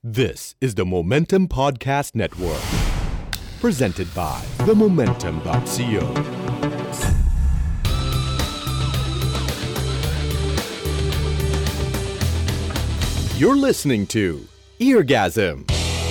This is the Momentum Podcast Network, presented by themomentum.co. You're listening to Eargasm.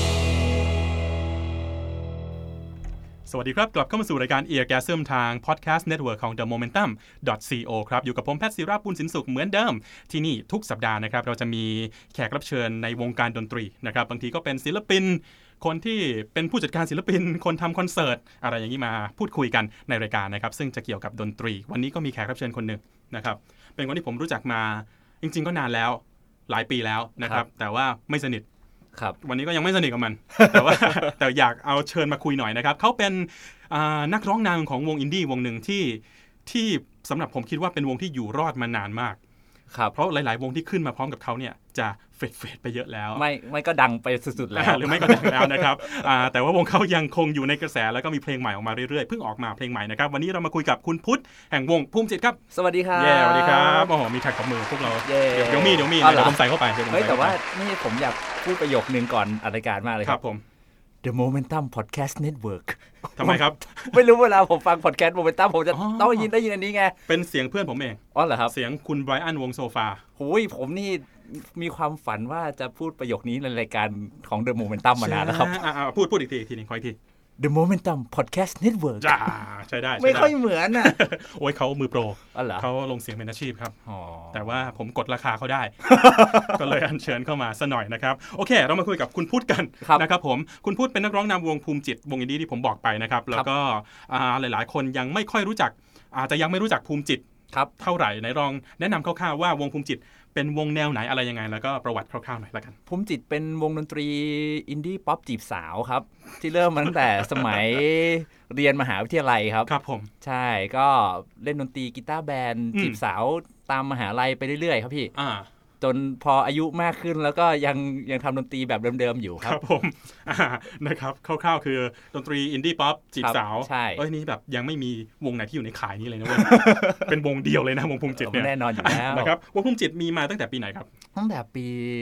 สวัสดีครับกลับเข้ามาสู่รายการ Eargasm ทาง Podcast Network ของ themomentum.co ครับอยู่กับผมแพทย์ศิราปุณศินสุขเหมือนเดิมที่นี่ทุกสัปดาห์นะครับเราจะมีแขกรับเชิญในวงการดนตรีนะครับบางทีก็เป็นศิลปินคนที่เป็นผู้จัดการศิลปินคนทำคอนเสิร์ตอะไรอย่างนี้มาพูดคุยกันในรายการนะครับซึ่งจะเกี่ยวกับดนตรีวันนี้ก็มีแขกรับเชิญคนหนึ่งนะครับเป็นคนที่ผมรู้จักมาจริงๆก็นานแล้วหลายปีแล้วนะครับแต่ว่าไม่สนิทวันนี้ก็ยังไม่สนิทกับมัน แต่อยากเอาเชิญมาคุยหน่อยนะครับเขาเป็นนักร้องนำของวงอินดี้วงหนึ่งที่สำหรับผมคิดว่าเป็นวงที่อยู่รอดมานานมากเพราะหลายๆวงที่ขึ้นมาพร้อมกับเขาเนี่ยจะเฟดไปเยอะแล้วไม่ก็ดังไปสุดๆแล้วหรือไม่ก็ดังแล้วนะครับแต่ว่าวงเขายังคงอยู่ในกระแสแล้วก็มีเพลงใหม่ออกมาเรื่อยๆเพิ่งออกมาเพลงใหม่นะครับวันนี้เรามาคุยกับคุณพุทธแห่งวงภูมิจิตครับสวัสดีครับสวัสดีครับโอ้โหมีแท็กกับมือพวกเราเดี๋ยวมีเดี๋ยวผมใส่เข้าไปแต่ว่านี่ผมอยากพูดประโยคนึงก่อนอัดรายการมากเลยครับผม The Momentum Podcast Network ทำไมครับไม่รู้เวลาผมฟัง podcast Momentum ผมจะต้องได้ยินอันนี้ไงเป็นเสียงเพื่อนผมเองอ๋อเหรอครับเสียงคุณไบรอันวงโซฟาโอ้ยผมนี่มีความฝันว่าจะพูดประโยคนี้ในรายการของ The Momentum มานานแล้วครับพูดอีกทีนึงขออีกที The Momentum Podcast Network ใช่ได้ไม่ค่อยเหมือนน่ะโอ้ยเขามือโปรเขาลงเสียงเป็นอาชีพครับแต่ว่าผมกดราคาเขาได้ ก็เลยอัญเชิญเข้ามาซะหน่อยนะครับโอเคเรามาคุยกับคุณพุทธกันนะครับผมคุณพุทธเป็นนักร้องนำวงภูมิจิตวงอินดี้ที่ผมบอกไปนะครับแล้วก็หลายๆคนยังไม่ค่อยรู้จักอาจจะยังไม่รู้จักภูมิจิตเท่าไหร่ในลองแนะนำคร่าวๆว่าวงภูมิจิตเป็นวงแนวไหนอะไรยังไงแล้วก็ประวัติคร่าวๆหน่อยละกันภูมิจิตเป็นวงดนตรีอินดี้ป๊อปจีบสาวครับที่เริ่มมาตั้งแต่สมัยเรียนมหาวิทยาลัยครับครับผมใช่ก็เล่นดนตรีกีตาร์แบนด์จีบสาวตามมหาลัยไปเรื่อยๆครับพี่จนพออายุมากขึ้นแล้วก็ยังทำดนตรีแบบเดิมๆอยู่ครับผมนะครับคร่าวๆคือดนตรีอินดี้ป๊อปจีบสาวนี่แบบยังไม่มีวงไหนที่อยู่ในข่ายนี้เลยนะเว้ย เป็นวงเดียวเลยนะวงภูมิจิตเนี่ยแน่นอนอยู่แล้วนะครับวงภูมิจิตมีมาตั้งแต่ปีไหนครับตั้งแต่ปี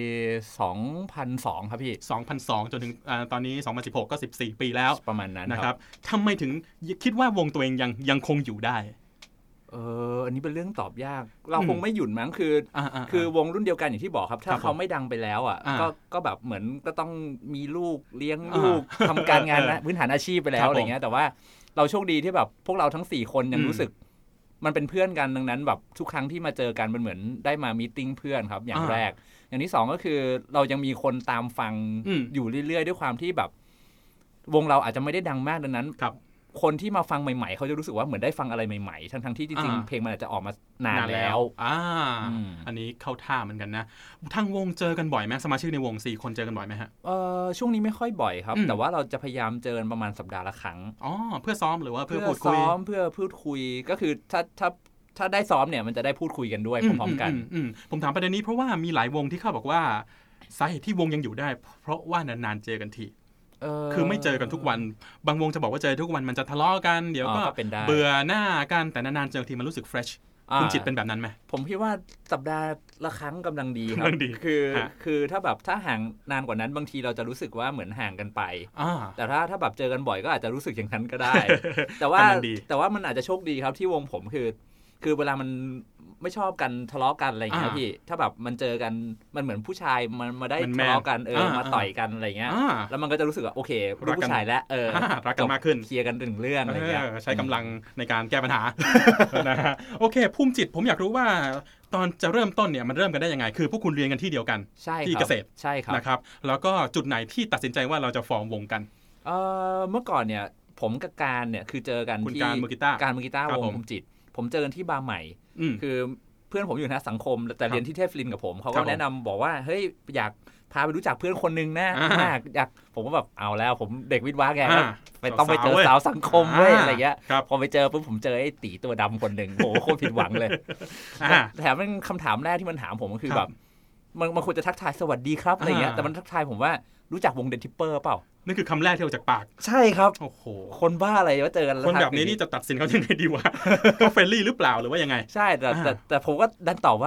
2002ครับพี่ 2002จนถึงตอนนี้2016ก็14ปีแล้วประมาณนั้นนะครับทำไมถึงคิดว่าวงตัวเองยังคงอยู่ได้อันนี้เป็นเรื่องตอบยากเราคงไม่หยุดมั้งคือวงรุ่นเดียวกันอย่างที่บอกครับถ้าเขาไม่ดังไปแล้วก็แบบเหมือนก็ต้องมีลูกเลี้ยงลูกทำการงานพื้นฐานอาชีพไปแล้วอะไรเงี้ยแต่ว่าเราโชคดีที่แบบพวกเราทั้ง4คนยังรู้สึกมันเป็นเพื่อนกันดังนั้นแบบทุกครั้งที่มาเจอกันมันเหมือนได้มามีตติ้งเพื่อนครับอย่างแรกอย่างที่2ก็คือเรายังมีคนตามฟังอยู่เรื่อยๆด้วยความที่แบบวงเราอาจจะไม่ได้ดังมากดังนั้นคนที่มาฟังใหม่ๆเขาจะรู้สึกว่าเหมือนได้ฟังอะไรใหม่ๆทั้งที่จริงๆเพลงมันอาจจะออกมานานแล้วอันนี้เข้าท่าเหมือนกันนะทางวงเจอกันบ่อยไหมสมาชิกในวง4คนเจอกันบ่อยไหมฮะช่วงนี้ไม่ค่อยบ่อยครับแต่ว่าเราจะพยายามเจอกันประมาณสัปดาห์ละครั้งเพื่อซ้อมหรือว่าเพื่อพูดคุยเพื่อพูดคุยก็คือถ้าได้ซ้อมเนี่ยมันจะได้พูดคุยกันด้วยพร้อมๆกันผมถามประเด็นนี้เพราะว่ามีหลายวงที่เขาบอกว่าสาเหตุที่วงยังอยู่ได้เพราะว่านานๆเจอกันทีคือไม่เจอกันทุกวันบางวงจะบอกว่าเจอทุกวันมันจะทะเลาะกันเดี๋ยวก็เบื่อหน้ากันแต่นานๆเจอทีมันรู้สึกเฟรชคุณจิตเป็นแบบนั้นไหมผมคิดว่าสัปดาห์ละครั้งกำลังดีครับคือถ้าห่างนานกว่านั้นบางทีเราจะรู้สึกว่าเหมือนห่างกันไปแต่ถ้าแบบเจอกันบ่อยก็อาจจะรู้สึกอย่างนั้นก็ได้ แต่ว่ามันอาจจะโชคดีครับที่วงผมคือเวลามันไม่ชอบกันทะเลาะกันอะไรอย่างเงี้ยพี่ถ้าแบบมันเจอกันมันเหมือนผู้ชายมันมาได้ทะเลาะกันมาต่อยกันอะไรเงี้ยแล้วมันก็จะรู้สึกว่าโอเคผู้ชายแล้วรักกันมากขึ้นเคลียร์กันถึงเรื่องอะไรเงี้ยใช้กำลังในการแก้ปัญหานะฮะโอเคภูมิจิตผมอยากรู้ว่าตอนจะเริ่มต้นเนี่ยมันเริ่มกันได้ยังไงคือพวกคุณเรียนกันที่เดียวกันที่เกษตรใช่ครับนะครับแล้วก็จุดไหนที่ตัดสินใจว่าเราจะฟอร์มวงกันเมื่อก่อนเนี่ยผมกับการเนี่ยคือเจอกันที่การมือกีตาร์วงภูมิจิตผมเจอกันที่บาร์ใหม่คือเพื่อนผมอยู่นะสังคมแต่เรียนที่เทพศิรินทร์กับผมเขาก็แนะนำบอกว่าเฮ้ยอยากพาไปรู้จักเพื่อนคนนึงนะอยากผมก็แบบเอาแล้วผมเด็กวิทย์วะแกต้องไปเจอสาวสังคมเว้ยอะไรเงี้ยพอไปเจอปุ๊บผมเจอไอ้ตีตัวดำคนนึงโหโคตรผิดหวังเลยแถมมันคำถามแรกที่มันถามผมก็คือแบบมันควรจะทักทายสวัสดีครับอะไรเงี้ยแต่มันทักทายผมว่ารู้จักวงเดนทิปเปอร์เปล่านั่นคือคำแรกที่ออกจากปากใช่ครับโอ้โหคนบ้าอะไรว่าเจอกันคนแบบนี้นี่จะตัดสินเขายังไงดีวะเขาเฟรนลี่หรือเปล่าหรือว่ายังไงใช่แต่ผมก็ดันตอบว่า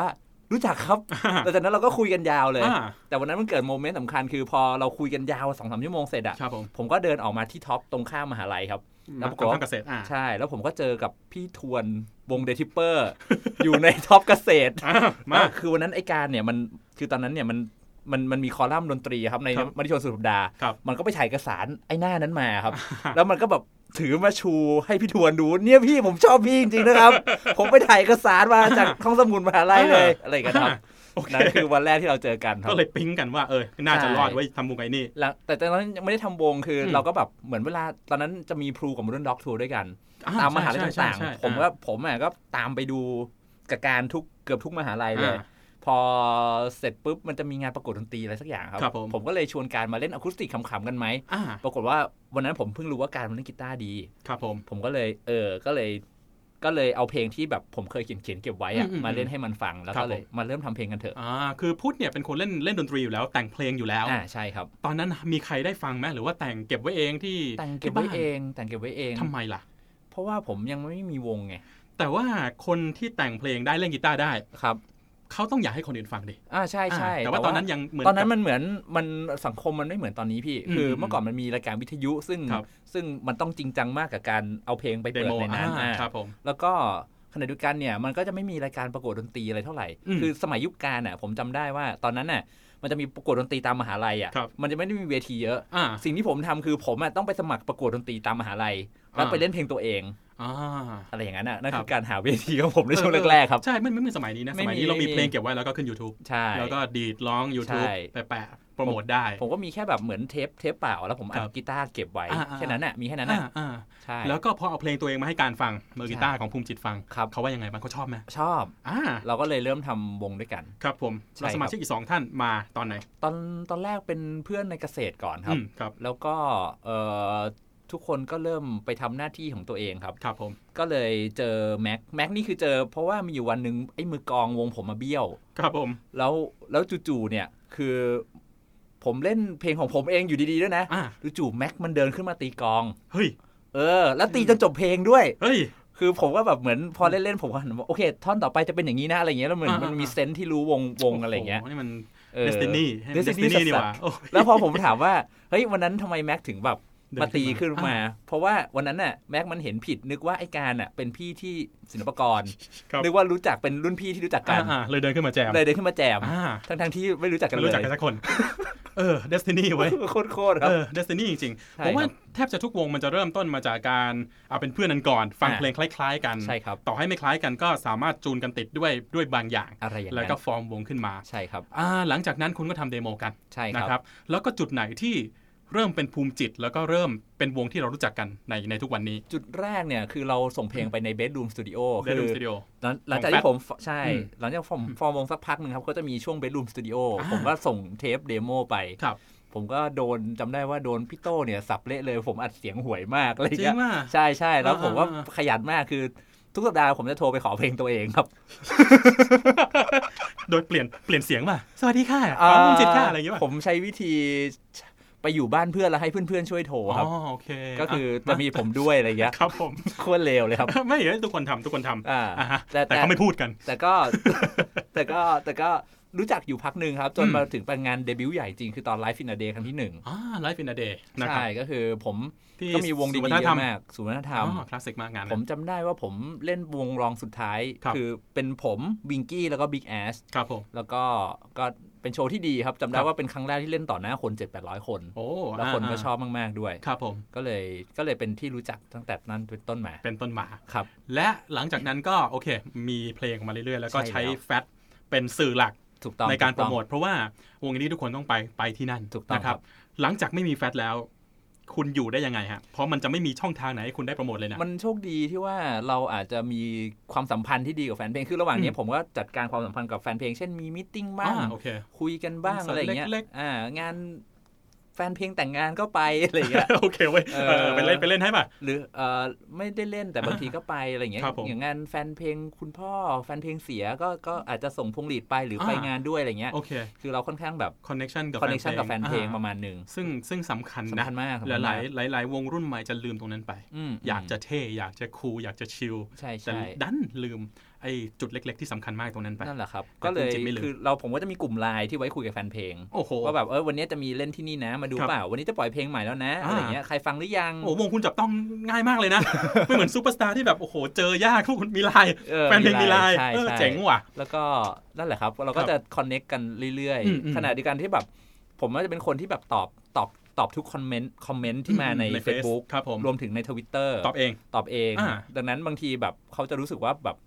รู้จักครับแต่จากนั้นเราก็คุยกันยาวเลยแต่วันนั้นมันเกิดโมเมนต์สำคัญคือพอเราคุยกันยาว 2-3 ชั่วโมงเสร็จอ่ะผมก็เดินออกมาที่ท็อปตรงข้ามมหาลัยครับแล้วก็เกษตรใช่แล้วผมก็เจอกับพี่ทวนวงเดทิปเปอร์อยู่ในท็อปเกษตรคือวันนั้นไอ้การเนี่ยมันคือตอนนั้นเนี่ยมันมีคอลัมน์ดนตรีครับในมติชนสุดสัปดาห์มันก็ไปถ่ายเอกสารไอ้หน้านั้นมาครับแล้วมันก็แบบถือมาชูให้พี่ทวนดูเนี่ยพี่ผมชอบพี่จริงๆนะครับผมไปถ่ายเอกสารมาจากห้องสมุดมหาลัยเลยอะไรกันครับนั่นคือวันแรกที่เราเจอกันก็เลยปิ๊งกันว่าน่าจะรอดไว้ทำวงไอ้นี่แต่ตอนนั้นยังไม่ได้ทำวงคือเราก็แบบเหมือนเวลาตอนนั้นจะมีพลูกับ Modern Dog Tour ด้วยกันตามมหาลัยต่างๆผมก็ตามไปดูกับการเกือบทุกมหาลัยเลยพอเสร็จปุ๊บมันจะมีงานประกวดดนตรีอะไรสักอย่างครับผมก็เลยชวนการมาเล่นอะคูสติกขำๆกันไหมปรากฏว่าวันนั้นผมเพิ่งรู้ว่าการมันเล่นกีตาร์ดีครับผมก็เลยก็เลยเอาเพลงที่แบบผมเคยเขียนเก็บไว้มาเล่นให้มันฟังแล้วก็เลยมาเริ่มทำเพลงกันเถอะคือพุทธเนี่ยเป็นคนเล่นดนตรีอยู่แล้วแต่งเพลงอยู่แล้วใช่ครับตอนนั้นมีใครได้ฟังไหมหรือว่าแต่งเก็บไว้เองที่แต่งเก็บไว้เองทำไมล่ะเพราะว่าผมยังไม่มีวงไงแต่ว่าคนที่แต่งเพลงได้เล่นกีตาร์ได้ครับเขาต้องอยากให้คนอื่นฟังดิใช่แต่ว่าตอนนั้นยังตอนนั้นมันเหมือนมันสังคมมันไม่เหมือนตอนนี้พี่คือเมื่อก่อนมันมีรายการวิทยุซึ่งมันต้องจริงจังมากกับการเอาเพลงไปเปิดในนั้นแล้วก็ขณะเดียวกันเนี่ยมันก็จะไม่มีรายการประกวดดนตรีอะไรเท่าไหร่คือสมัยยุคการผมจำได้ว่าตอนนั้นน่ะมันจะมีประกวดดนตรีตามมหาลัยมันจะไม่ได้มีเวทีเยอะสิ่งที่ผมทำคือผมต้องไปสมัครประกวดดนตรีตามมหาลัยแล้วไปเล่นเพลงตัวเองอะไรอย่างนั้นนั่นคือการหาเวทีของผมในช่วงแรกๆครับใช่ไม่เหมือนสมัยนี้นะสมัยนี้เรามีเพลงเก็บไว้แล้วก็ขึ้น YouTube ใช่แล้วก็ดีดร้อง YouTube แปะโปรโมทได้ผมก็มีแค่แบบเหมือนเทปเปล่าแล้วผมอัดกีตาร์เก็บไว้แค่นั้นมีแค่นั้นใช่แล้วก็พอเอาเพลงตัวเองมาให้การฟังมือกีตาร์ของภูมิจิตฟังเขาว่ายังไงบ้างเขาชอบไหมชอบเราก็เลยเริ่มทำวงด้วยกันครับผมแล้วสมาชิกอีก2ท่านมาตอนไหนตอนแรกเป็นเพื่อนในเกษตรก่อนครับแล้วก็ทุกคนก็เริ่มไปทำหน้าที่ของตัวเองครับครับผมก็เลยเจอแม็กนี่คือเจอเพราะว่ามีอยู่วันนึงไอ้มือกองวงผมมาเบี้ยวครับผมแล้วจู่ๆเนี่ยคือผมเล่นเพลงของผมเองอยู่ดีๆด้วยนะจู่ๆแม็กมันเดินขึ้นมาตีกองเฮ้ยแล้วตีจนจบเพลงด้วยเฮ้ยคือผมก็แบบเหมือนพอเล่นๆผมก็หันมาโอเคท่อนต่อไปจะเป็นอย่างนี้นะอะไรเงี้ยแล้วเหมือนมันมีเซนส์ที่รู้วงอะไรเงี้ยนี่มันDestiny นี่หว่าแล้วพอผมถามว่าเฮ้ยวันนั้นทำไมแม็กถึงแบบมาตีขึ้นมาเพราะว่าวันนั้นน่ะแม็กมันเห็นผิดนึกว่าไอ้การน่ะเป็นพี่ที่ศิลปากรนึกว่ารู้จักเป็นรุ่นพี่ที่รู้จักกันเลยเดินขึ้นมาแจมทั้งที่ไม่รู้จักกันเลยรู้จักกันสักคนDestiny ไว้โคตรครับ Destiny จริงๆผมว่าแทบจะทุกวงมันจะเริ่มต้นมาจากการเอาเป็นเพื่อนกันก่อนฟังเพลงคล้ายๆกันใช่ครับต่อให้ไม่คล้ายกันก็สามารถจูนกันติดด้วยบางอย่างแล้วก็ฟอร์มวงขึ้นมาใช่ครับหลังจากนั้นคุณก็ทำเดโมกันใช่นะครับแล้วก็จุดไหนที่เริ่มเป็นภูมิจิตแล้วก็เริ่มเป็นวงที่เรารู้จักกันในทุกวันนี้จุดแรกเนี่ยคือเราส่งเพลงไปใน Bedroom Studio หลังจากที่หลังจากฟอร์มวงสักพักนึงครับก็จะมีช่วง Bedroom Studio ผมก็ส่งเทปเดโมไปผมก็จำได้ว่าโดนพี่โต้เนี่ยสับเละเลยผมอัดเสียงห่วยมากอะไรอย่างเงี้ยใช่แล้วผมก็ขยันมากคือทุกสัปดาห์ผมจะโทรไปขอเพลงตัวเองครับโดยเปลี่ยนเสียงมาสวัสดีค่ะภูมิจิตค่ะอะไรอย่างเงี้ยผมใช้วิธีไปอยู่บ้านเพื่อนแล้วให้เพื่อนๆช่วยโทรครับโอเคก็คือจะมีผมด้วยอะไรอย่างเงี้ยครับผมโคตรเลวเลยครับไม่ทุกคนทำแต่เขาไม่พูดกันแต่ก็รู้จักอยู่พักหนึ่งครับจนมาถึงเป็นงานเดบิวต์ใหญ่จริงคือตอน Live in a Day ครั้งที่1 Live in a Day ใช่ก็คือผมก็มีวงดีๆเยอะมากสุวรรณธรรมคลาสสิกมากงานผมจำได้ว่าผมเล่นวงรองสุดท้ายคือเป็นผมวิงกี้แล้วก็บิ๊กแอสครับผมแล้วก็เป็นโชว์ที่ดีครับจำได้ว่าเป็นครั้งแรกที่เล่นต่อหน้าคน 700-800 คนแล้วคนก็ชอบมากๆด้วยครับผมก็เลยเป็นที่รู้จักตั้งแต่นั้นเป็นต้นมาครับและหลังจากนั้นก็โอเคมีเพลงมาเรื่อยๆแล้วก็ใช้แฟตเป็นสื่อหลักในการโปรโมทเพราะว่าวงนี้ทุกคนต้องไปที่นั่นนะครับหลังจากไม่มีแฟตแล้วคุณอยู่ได้ยังไงฮะเพราะมันจะไม่มีช่องทางไหนให้คุณได้โปรโมทเลยนะมันโชคดีที่ว่าเราอาจจะมีความสัมพันธ์ที่ดีกับแฟนเพลงคือระหว่างนี้ผมก็จัดการความสัมพันธ์กับแฟนเพลงเช่นมีมีตติ้งบ้างคุยกันบ้างอะไรอย่างเงี้ยงานแฟนเพลงแต่งงานก็ไปอะไรอย่างเงี้ยโอเคเว้ยไปเล่นให้ป่ะหรือไม่ได้เล่นแต่บางทีก็ไปอะไรอย่างเงี้ยอย่างงานแฟนเพลงคุณพ่อแฟนเพลงเสียก็อาจจะส่งพวงหลีดไปหรือไปงานด้วยอะไรเงี้ยคือเราค่อนข้างแบบคอนเนคชั่นกับแฟนเพลงประมาณนึงซึ่งสำคัญนะหลายวงรุ่นใหม่จะลืมตรงนั้นไปอยากจะเท่อยากจะคูลอยากจะชิลแต่ดันลืมไอ้จุดเล็กๆที่สำคัญมากตรงนั้นไปนั่นแหละครับก็เลยคือผมก็จะมีกลุ่มไลน์ที่ไว้คุยกับแฟนเพลงว่าแบบวันนี้จะมีเล่นที่นี่นะมาดูเปล่าวันนี้จะปล่อยเพลงใหม่แล้วนะอะไรเงี้ยใครฟังหรือยังวงคุณจับต้องง่ายมากเลยนะไม่เหมือนซูเปอร์สตาร์ที่แบบเจอยากทุกคนมีไลน์แฟนเพลงมีไลน์เจ๋งว่ะแล้วก็นั่นแหละครับเราก็จะคอนเนคกันเรื่อยๆขณะเดียวกันที่แบบผมก็จะเป็นคนที่แบบตอบทุกคอมเมนต์ที่มาใน Facebook รวมถึงใน Twitter ตอบเองดังนั้นบางทีแบบเขาจะรู้สึกว่าแบบ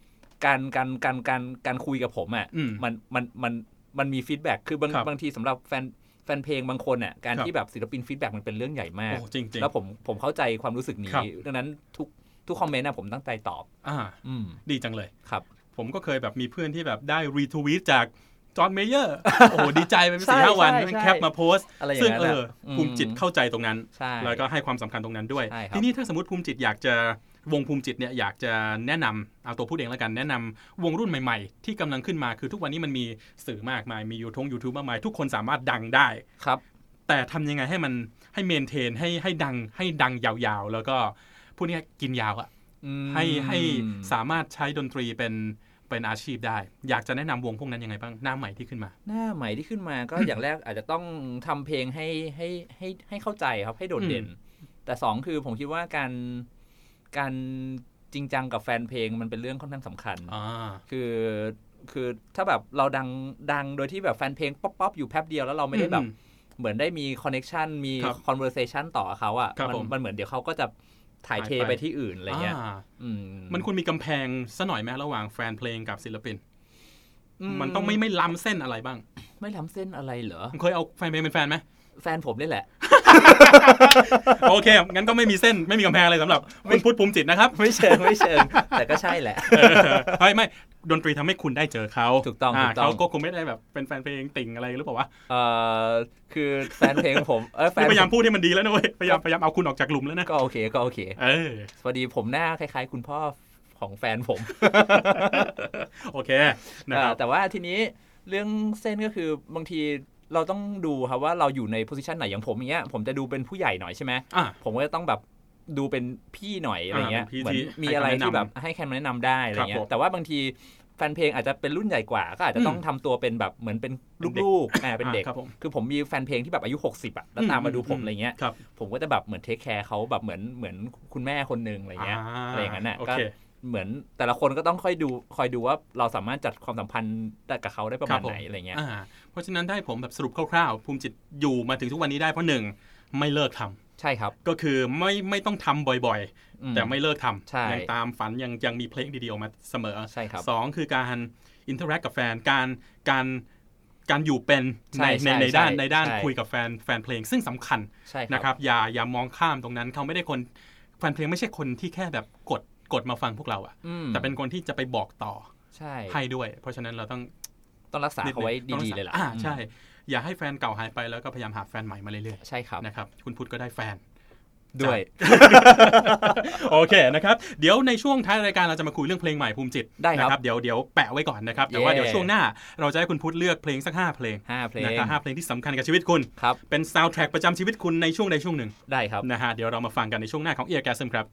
การคุยกับผมอ่ะมันมีฟีดแบ็กคือบางทีสำหรับแฟนเพลงบางคนอ่ะการที่แบบศิลปินฟีดแบ็กมันเป็นเรื่องใหญ่มากแล้วผมเข้าใจความรู้สึกนี้ดังนั้นทุกคอมเมนต์นะผมตั้งใจตอบดีจังเลยครับผมก็เคยแบบมีเพื่อนที่แบบได้รีทวีตจากจอห์นเมเยอร์ดีใจไป 4-5 วันแคปมาโพสต์ซึ่งภูมิจิตเข้าใจตรงนั้นแล้วก็ให้ความสำคัญตรงนั้นด้วยทีนี้ถ้าสมมติภูมิจิตอยากจะวงภูมิจิตเนี่ยอยากจะแนะนำเอาตัวพูดเองแล้วกันแนะนำวงรุ่นใหม่ๆที่กำลังขึ้นมาคือทุกวันนี้มันมีสื่อมากมายมีYouTube มากมายทุกคนสามารถดังได้ครับแต่ทำยังไงให้มันให้เมนเทนให้ดังยาวๆแล้วก็พูดง่ายๆกินยาวอ่ะให้สามารถใช้ดนตรีเป็นอาชีพได้อยากจะแนะนำวงพวกนั้นยังไงบ้างหน้าใหม่ที่ขึ้นมาหน้าใหม่ที่ขึ้นมาก็ อย่างแรกอาจจะต้องทำเพลงให้เข้าใจครับให้โดดเด่นแต่2คือผมคิดว่าการจริงจังกับแฟนเพลงมันเป็นเรื่องค่อนข้างสำคัญคือถ้าแบบเราดังโดยที่แบบแฟนเพลงป๊อปอยู่แป๊บเดียวแล้วเราไม่ได้แบบเหมือนได้มีคอนเนคชั่นมีคอนเวอร์เซชันต่อเขาอ่ะมันเหมือนเดี๋ยวเขาก็จะถ่ายเทไปที่อื่นอะไรเงี้ยมันควรมีกำแพงซะหน่อยไหมระหว่างแฟนเพลงกับศิลปินมันต้องไม่ล้ำเส้นอะไรบ้างไม่ล้ำเส้นอะไรเหรอเคยเอาแฟนเพลงเป็นแฟนไหมแฟนผมนี่แหละโอเคงั้นก็ไม่มีเส้นไม่มีกำแพงอะไรสำหรับคุณพุทธภูมิจิตนะครับไม่เชิงแต่ก็ใช่แหละไม่ดนตรีทำให้คุณได้เจอเขาถูกต้องเขาก็คงไม่ได้แบบเป็นแฟนเพลงติ่งอะไรหรือเปล่าวะคือแฟนเพลงผมพยายามพูดให้มันดีแล้วนะเว้ยพยายามเอาคุณออกจากกลุ่มแล้วนะก็โอเคพอดีผมหน้าคล้ายๆคุณพ่อของแฟนผมโอเคนะครับแต่ว่าทีนี้เรื่องเส้นก็คือบางทีเราต้องดูครับว่าเราอยู่ในโพสิชันไหนอย่างผมอย่างเงี้ยผมจะดูเป็นผู้ใหญ่หน่อยใช่ไหมผมก็จะต้องแบบดูเป็นพี่หน่อยอะไรเงี้ยเหมือนมีอะไรที่แบบให้แค่แนะนำได้อะไรเงี้ยแต่ว่าบางทีแฟนเพลงอาจจะเป็นรุ่นใหญ่กว่าก็อาจจะต้องทำตัวเป็นแบบเหมือนเป็นลูกๆเป็นเด็กคือผมมีแฟนเพลงที่แบบอายุ60อ่ะแล้วตามมาดูผมอะไรเงี้ยผมก็จะแบบเหมือนเทคแคร์เขาแบบเหมือนคุณแม่คนนึงอะไรเงี้ยอะไรอย่างนั้นน่ะก็เหมือนแต่ละคนก็ต้องคอยดูว่าเราสามารถจัดความสัมพันธ์กับเขาได้ประมาณไหนอะไรเงี้ยเพราะฉะนั้นได้ผมแบบสรุปคร่าวๆภูมิจิตอยู่มาถึงทุกวันนี้ได้เพราะ1ไม่เลิกทำใช่ครับก็คือไม่ต้องทำบ่อยๆแต่ไม่เลิกทำยังตามฝันยังมีเพลงดีๆออกมาเสมอใช่ครับ 2คือการอินเทอร์แอคกับแฟนการอยู่เป็นในด้านคุยกับแฟนเพลงซึ่งสำคัญนะครับอย่ามองข้ามตรงนั้นเขาไม่ได้คนแฟนเพลงไม่ใช่คนที่แค่แบบกดมาฟังพวกเราอ่ะแต่เป็นคนที่จะไปบอกต่อให้ด้วยเพราะฉะนั้นเราต้องรักษาเขาไว้ดีๆเลยล่ะใช่อย่าให้แฟนเก่าหายไปแล้วก็พยายามหาแฟนใหม่มาเรื่อยๆใช่ครับนะครับคุณพุทธก็ได้แฟนด้วยโอเคนะครับเดี๋ยวในช่วงท้ายรายการเราจะมาคุยเรื่องเพลงใหม่ภูมิจิตได้ครับเดี๋ยวแปะไว้ก่อนนะครับแต่ว่าเดี๋ยวช่วงหน้าเราจะให้คุณพุทธเลือกเพลงสัก5 เพลงนะครับ5 เพลงที่สำคัญกับชีวิตคุณเป็นซาวด์แทร็กประจำชีวิตคุณในช่วงใดช่วงหนึ่งได้ครับนะฮะเดี๋ยวเรามาฟังกันในช่วงหน้าของ Eargasm ครับ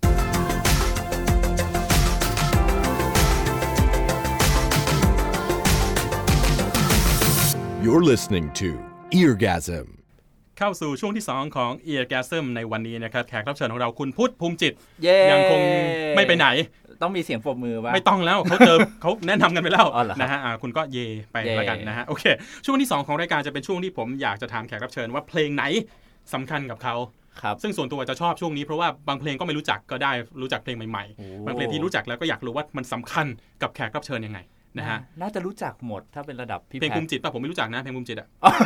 You're listening to Eargasm เข้าสู่ช่วงที่2ของ Eargasm ในวันนี้นะครับแขกรับเชิญของเราคุณพุทธภูมิจิตยังคงไม่ไปไหนต้องมีเสียงปรบมือป่ะไม่ต้องแล้วเขาแนะนำกันไปแล้วนะฮะคุณก็เยไปแล้วกันนะฮะโอเคช่วงที่2ของรายการจะเป็นช่วงที่ผมอยากจะถามแขกรับเชิญว่าเพลงไหนสำคัญกับเขาซึ่งส่วนตัวจะชอบช่วงนี้เพราะว่าบางเพลงก็ไม่รู้จักก็ได้รู้จักเพลงใหม่ๆบางเพลงที่รู้จักแล้วก็อยากรู้ว่ามันสำคัญกับแขกรับเชิญยังไงนะฮะน่าจะรู้จักหมดถ้าเป็นระดับพี่เพลงภูมิจิตป่ะผมไม่รู้จักนะเพลงภูมิจิตอ่ะ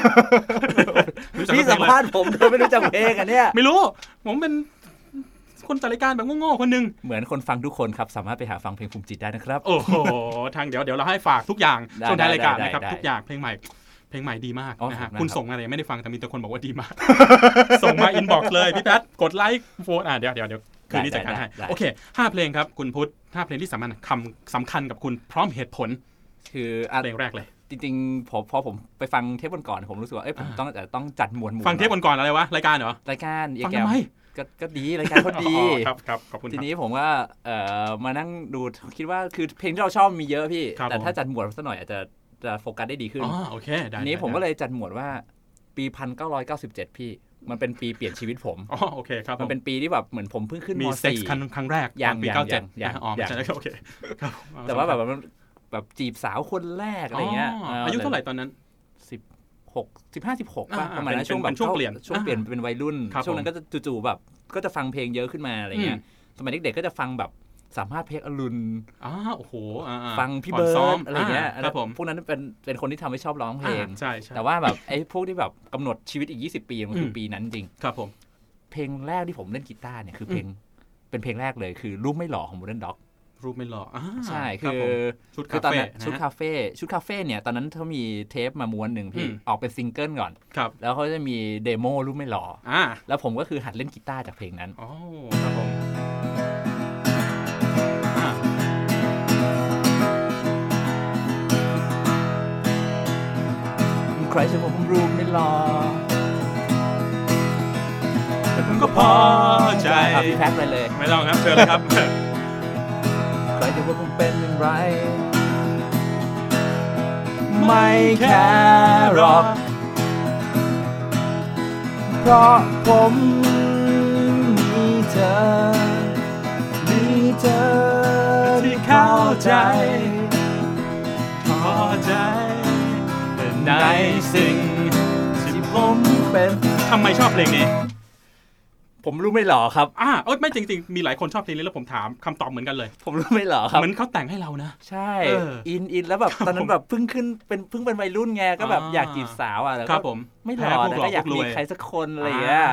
พี่สัมภาษณ์ผมไม่รู้จักเพลงอันเนี้ยไม่รู้ผมเป็นคนจัดรายการแบบโง่ๆคนนึงเหมือนคนฟังทุกคนครับสามารถไปหาฟังเพลงภูมิจิตได้นะครับโอ้โหทางเดี๋ยวเราให้ฝากทุกอย่างช่วงท้ายรายการนะครับทุกอย่างเพลงใหม่ดีมากนะฮะคุณส่งอะไรไม่ได้ฟังแต่มีแต่คนบอกว่าดีมากส่งมาอินบ็อกซ์เลยพี่แพทกดไลค์โฟนเดี๋ยวคืนนี้จัดการให้โอเค5 เพลงครับคุณพุทธ5 เพลงที่สำคัญกับคุณพร้อมเหตุผลคือเพลงแรกเลยจริงๆพอผมไปฟังเทปก่อนผมรู้สึกว่าผมต้องจัดมวลฟังเทปก่อนอะไรวะรายการเหรอรายการฟังทำไมก็ดีรายการเขาดีครับขอบคุณทีนี้ผมก็มานั่งดูคิดว่าคือเพลงที่เราชอบมีเยอะพี่แต่ถ้าจัดหมวดซะหน่อยอาจจะโฟกัสได้ดีขึ้นโอเคได้ทีนี้ผมก็เลยจัดหมวดว่าปี1997พี่มันเป็นปีเปลี่ยนชีวิตผมโอเคครับมันเป็นปีที่แบบเหมือนผมเพิ่งขึ้นม.4 มีเซ็กส์ครั้งแรกปี97 อย่างโอเคครับแต่ว่าแบบจีบสาวคนแรกอะไรเงี้ยอายุเท่าไหร่ตอนนั้น 15-16ป่ะประมาณนั้นช่วงแบบช่วงเปลี่ยนเป็นวัยรุ่นช่วงนั้นก็จะจู่ๆแบบก็จะฟังเพลงเยอะขึ้นมาอะไรเงี้ยสมัยเด็กๆก็จะฟังแบบสามารถเพลงอรุณโอ้โหฟังพี่เบิร์ดอะไรเงี้ยพวกนั้นเป็นคนที่ทำให้ชอบร้องเพลงใช่แต่ว่าแบบไอ้พวกที่แบบกำหนดชีวิตอีก20ปีมันคือปีนั้นจริงครับผมเพลงแรกที่ผมเล่นกีตาร์เนี่ยคือเป็นเพลงแรกเลยคือรูปไม่หล่อของ Modern Dog รูปไม่หล่อใช่คือตอนนั้นชุดคาเฟ่เนี่ยตอนนั้นเขามีเทปมาม้วนหนึ่งพี่ออกเป็นซิงเกิลก่อนแล้วเขาจะมีเดโมรูปไม่หล่อแล้วผมก็คือหัดเล่นกีตาร์จากเพลงนั้นครับผมใครจะบอกผมรูปไม่หล่อแต่ผมก็พอใจพี่แพ็คไปเลยไม่ต้องครับเชิญเลยครับใครจะว่าผมเป็นอย่างไรไม่แคร์หรอกเพราะผมมีเธอที่เข้าใจพอใจในสิ่งที่ผมเป็นทำไมชอบเพลงนี้ผมรู้ไม่หล่อครับไม่จริงๆมีหลายคนชอบเพลงนี้แล้วผมถามคำตอบเหมือนกันเลยผมรู้ไม่หล่อครับเหมือนเขาแต่งให้เรานะใช่อินแล้วแบบตอนนั้นแบบเพิ่งเป็นวัยรุ่นไงก็แบบอยากจีบสาวแล้วก็ไม่หล่อแต่ก็อยากมีใครสักคนอะไรอย่างเงี้ย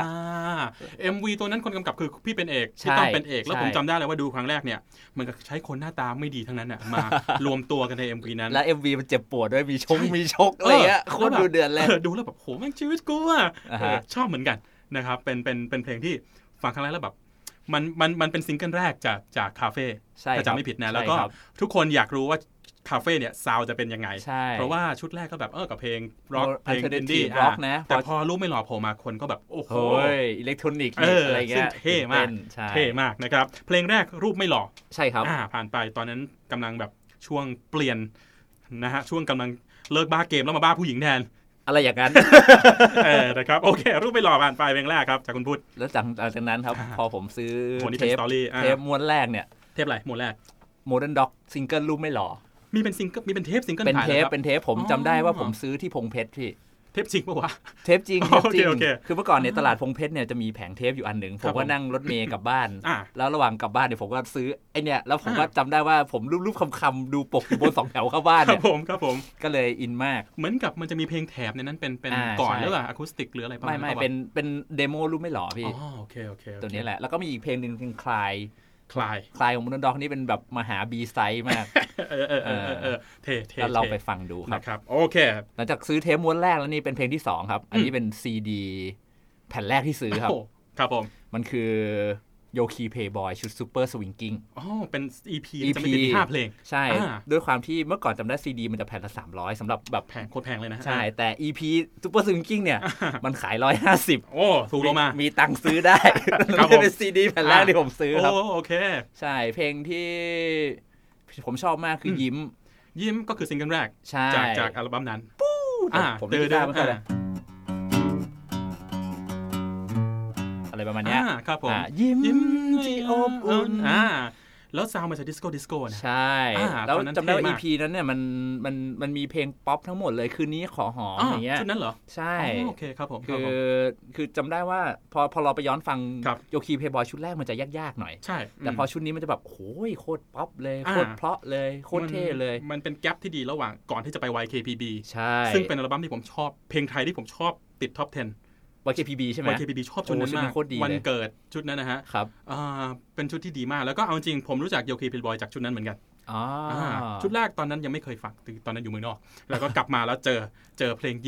MV ตัวนั้นคนกำกับคือพี่เป็นเอกพี่ต้องเป็นเอกแล้วผมจำได้เลยว่าดูครั้งแรกเนี่ยมันก็ใช้คนหน้าตาไม่ดีทั้งนั้นน่ะมารวมตัวกันใน MV นั้นแล้ว MV มันเจ็บปวดด้วยมีชกอะไรเงี้ยโคตรดูเดือดเลยดูแล้วแบบโหแม่งชีวิตกูอ่ะชอบเหมือนกันนะครับเป็นเพลงที่ฟังครั้งแรกแล้วแบบมันเป็นซิงเกิลแรกจากคาเฟ่ถ้าจำไม่ผิดนะแล้วก็ทุกคนอยากรู้ว่าคาเฟ่เนี่ยซาวจะเป็นยังไงเพราะว่าชุดแรกก็แบบกับเพลงร็อกเพลงอินดี้ร็อกนะแต่พอรูปไม่หล่อโผล่มาคนก็แบบโอ้โหอิเล็กทรอนิกส์อะไรเงี้ยเท่มากนะครับเพลงแรกรูปไม่หล่อใช่ครับผ่านไปตอนนั้นกำลังแบบช่วงเปลี่ยนนะฮะช่วงกำลังเลิกบ้าเกมแล้วมาบ้าผู้หญิงแทนอะไรอย่างนั้นนะครับโอเครูปไม่หล่อผ่านไปเพลงแรกครับจากคุณพุทธแล้วจากนั้นครับพอผมซื้อเทปม้วนแรกเนี่ยเทปอะไรม้วนแรก Modern Dog ซิงเกิลรูปไม่หล่อมีเป็นซิงเกิลมีเป็นเทปซิงเกิลถ่ายเป็นเทปผมจำได้ว่าผมซื้อที่พงเพชรพี่เทปจริงป่ะวะเทปจริงคือเมื่อก่อนเนี่ยตลาดพงเพชรเนี่ยจะมีแผงเทปอยู่อันหนึ่งผมก็นั่งรถเมล์กลับบ้านแล้วระหว่างกลับบ้านเนี่ยผมก็ซื้อไอเนี่ยแล้วผมก็จำได้ว่าผมรูปคำๆดูปกอยู่บน2แถวเข้าบ้านเนี่ยครับผมก็เลยอินมากเหมือนกับมันจะมีเพลงแถบในนั้นเป็นก่อนหรือเปล่าอะคูสติกหรืออะไรประมาณไม่เป็นเดโมรูปไม่หล่อพี่โอเคตัวนี้แหละแล้วก็มีอีกเพลงนึงเพลงคลายของModern Dogนี่เป็นแบบมหาบีไซด์มากเท่ๆแล้วเราไปฟังดูครับโอเคหลังจากซื้อเทปม้วนแรกแล้วนี่เป็นเพลงที่2ครับอันนี้เป็นซีดีแผ่นแรกที่ซื้อครับผมมันคือโยคีเพย์บอยชุดซูเปอร์สวิงกิ้งเป็น EP จะมี5เพลงใช่ด้วยความที่เมื่อก่อนจำได้ซีดีมันจะแผ่นละ300สำหรับแบบแพงโคตรแพงเลยนะใช่แต่ EP ซูเปอร์สวิงกิ้งเนี่ยมันขาย150 ถูกลงมามีตังค์ซื้อได้เป็นซีดีแผ่นแรกที่ผมซื้อครับโอเคใช่เพลงที่ผมชอบมากคือยิ้มก็คือซิงเกิลแรกจากอัลบั้มนั้นผมเตือนมันก็เลยอะไรประมาณนี้ครับผมยิ้มที่อบอุ่นแล้วซาวด์มันจะดิสโก้นะใช่แล้วจำได้ว่า EP นั้นเนี่ยมันมีเพลงป๊อปทั้งหมดเลยคืนนี้ขอหอมอย่างเงี้ยชุดนั้นเหรอใช่โอเคครับผมคือจำได้ว่าพอเราไปย้อนฟังโยคีเพย์บอยชุดแรกมันจะยากๆหน่อยใช่แต่พอชุดนี้มันจะแบบโอ้ยโคตรป๊อปเลยโคตรเพราะเลยโคตรเท่เลยมันเป็นแกปที่ดีระหว่างก่อนที่จะไป YKPB ใช่ซึ่งเป็นอัลบั้มที่ผมชอบเพลงไทยที่ผมชอบติดท็อป 10 YKPB ใช่ไหม YKPB ชอบชุดนั้นมากวันเกิดชุดนั้นนะฮะครับเป็นชุดที่ดีมากแล้วก็เอาจริงผมรู้จักโยคีเพย์บอยจากชุดนั้นเหมือนกันชุดแรกตอนนั้นยังไม่เคยฟังตอนนั้นอยู่เมืองนอกแล้วก็กลับมาแล้วเจอเพลงยิ้ม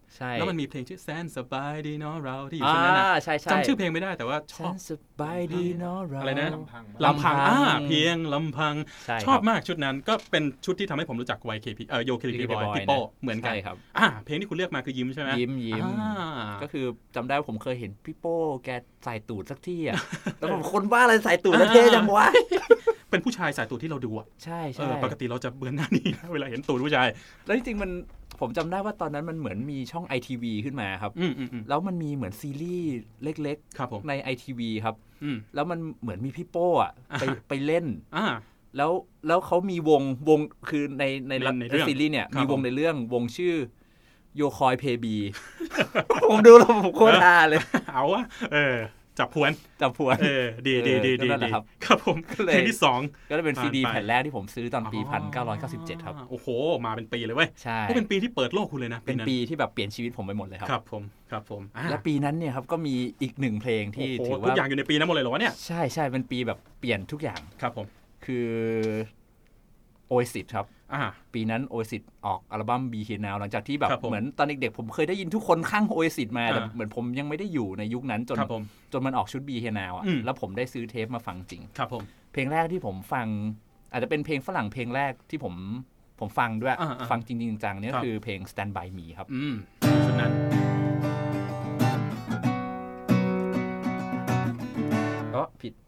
แล้วมันมีเพลงชื่อแสนสบายดีเนาะเราที่อยู่ช่วงนั้นนะจำชื่อเพลงไม่ได้แต่ว่าชอบสบายดีเนาะเราอะไรนะลำพังเพียงลำพังชอบมากชุดนั้นก็เป็นชุดที่ทำให้ผมรู้จักYKPโย KP Boy พี่โป้เหมือนกันเพลงที่คุณเลือกมาคือยิ้มใช่ไหมยิ้มก็คือจำได้ผมเคยเห็นพี่โป้แกใส่ตูดสักที่อ่ะแล้วผมคนบ้าอะไรใส่ตูดแล้วเท่จังวะเป็นผู้ชายใส่ตูดที่เราดูอ่ะใช่ปกติเราจะเบื่อหน้านี้เวลาเห็นตูดผู้ชายแล้วจริงๆมันผมจำได้ว่าตอนนั้นมันเหมือนมีช่อง ITV ขึ้นมาครับแล้วมันมีเหมือนซีรีส์เล็กๆใน ITV ครับแล้วมันเหมือนมีพี่โป้อะไปเล่นแล้วเขามีวงคือในซีรีส์เนี่ยมีวงในเรื่องวงชื่อโยคอยเพบีผมดูแล้วผมโคตรฮาเลยเอาวะจับพวนดีครับผมเพลงที่2 ก็เป็นซีดีแผ่นแรกที่ผมซื้อตอนปี1997ครับโอ้โหมาเป็นปีเลยเว้ยใช่ก็เป็นปีที่เปิดโลกคุณเลยนะเป็นปีที่แบบเปลี่ยนชีวิตผมไปหมดเลยครับครับผมและปีนั้นเนี่ยครับก็มีอีก1เพลงที่ถือว่าทุกอย่างอยู่ในปีนั้นหมดเลยเหรอวะเนี่ยใช่เป็นปีแบบเปลี่ยนทุกอย่างครับผมคือ Oasis ครับปีนั้น Oasis ออกอัลบั้ม Be Here Now หลังจากที่แบบเหมือนตอนเด็กๆผมเคยได้ยินทุกคนข้าง Oasis มาแต่เหมือนผมยังไม่ได้อยู่ในยุคนั้นจนมันออกชุด Be Here Now อ่ะแล้วผมได้ซื้อเทปมาฟังจริงครับผมเพลงแรกที่ผมฟังอาจจะเป็นเพลงฝรั่งเพลงแรกที่ผมฟังด้วยฟังจริงๆจังๆเนี่ยคือเพลง Stand By Me ครับชุดนั้นผิด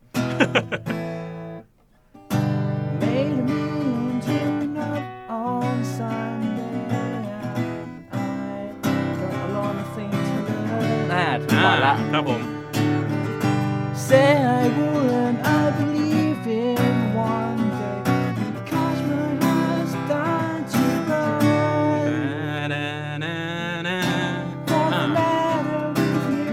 ถึงก่อนละครับผม Say I wouldn't I believe in one day because my heart's starting to burn What's the matter with you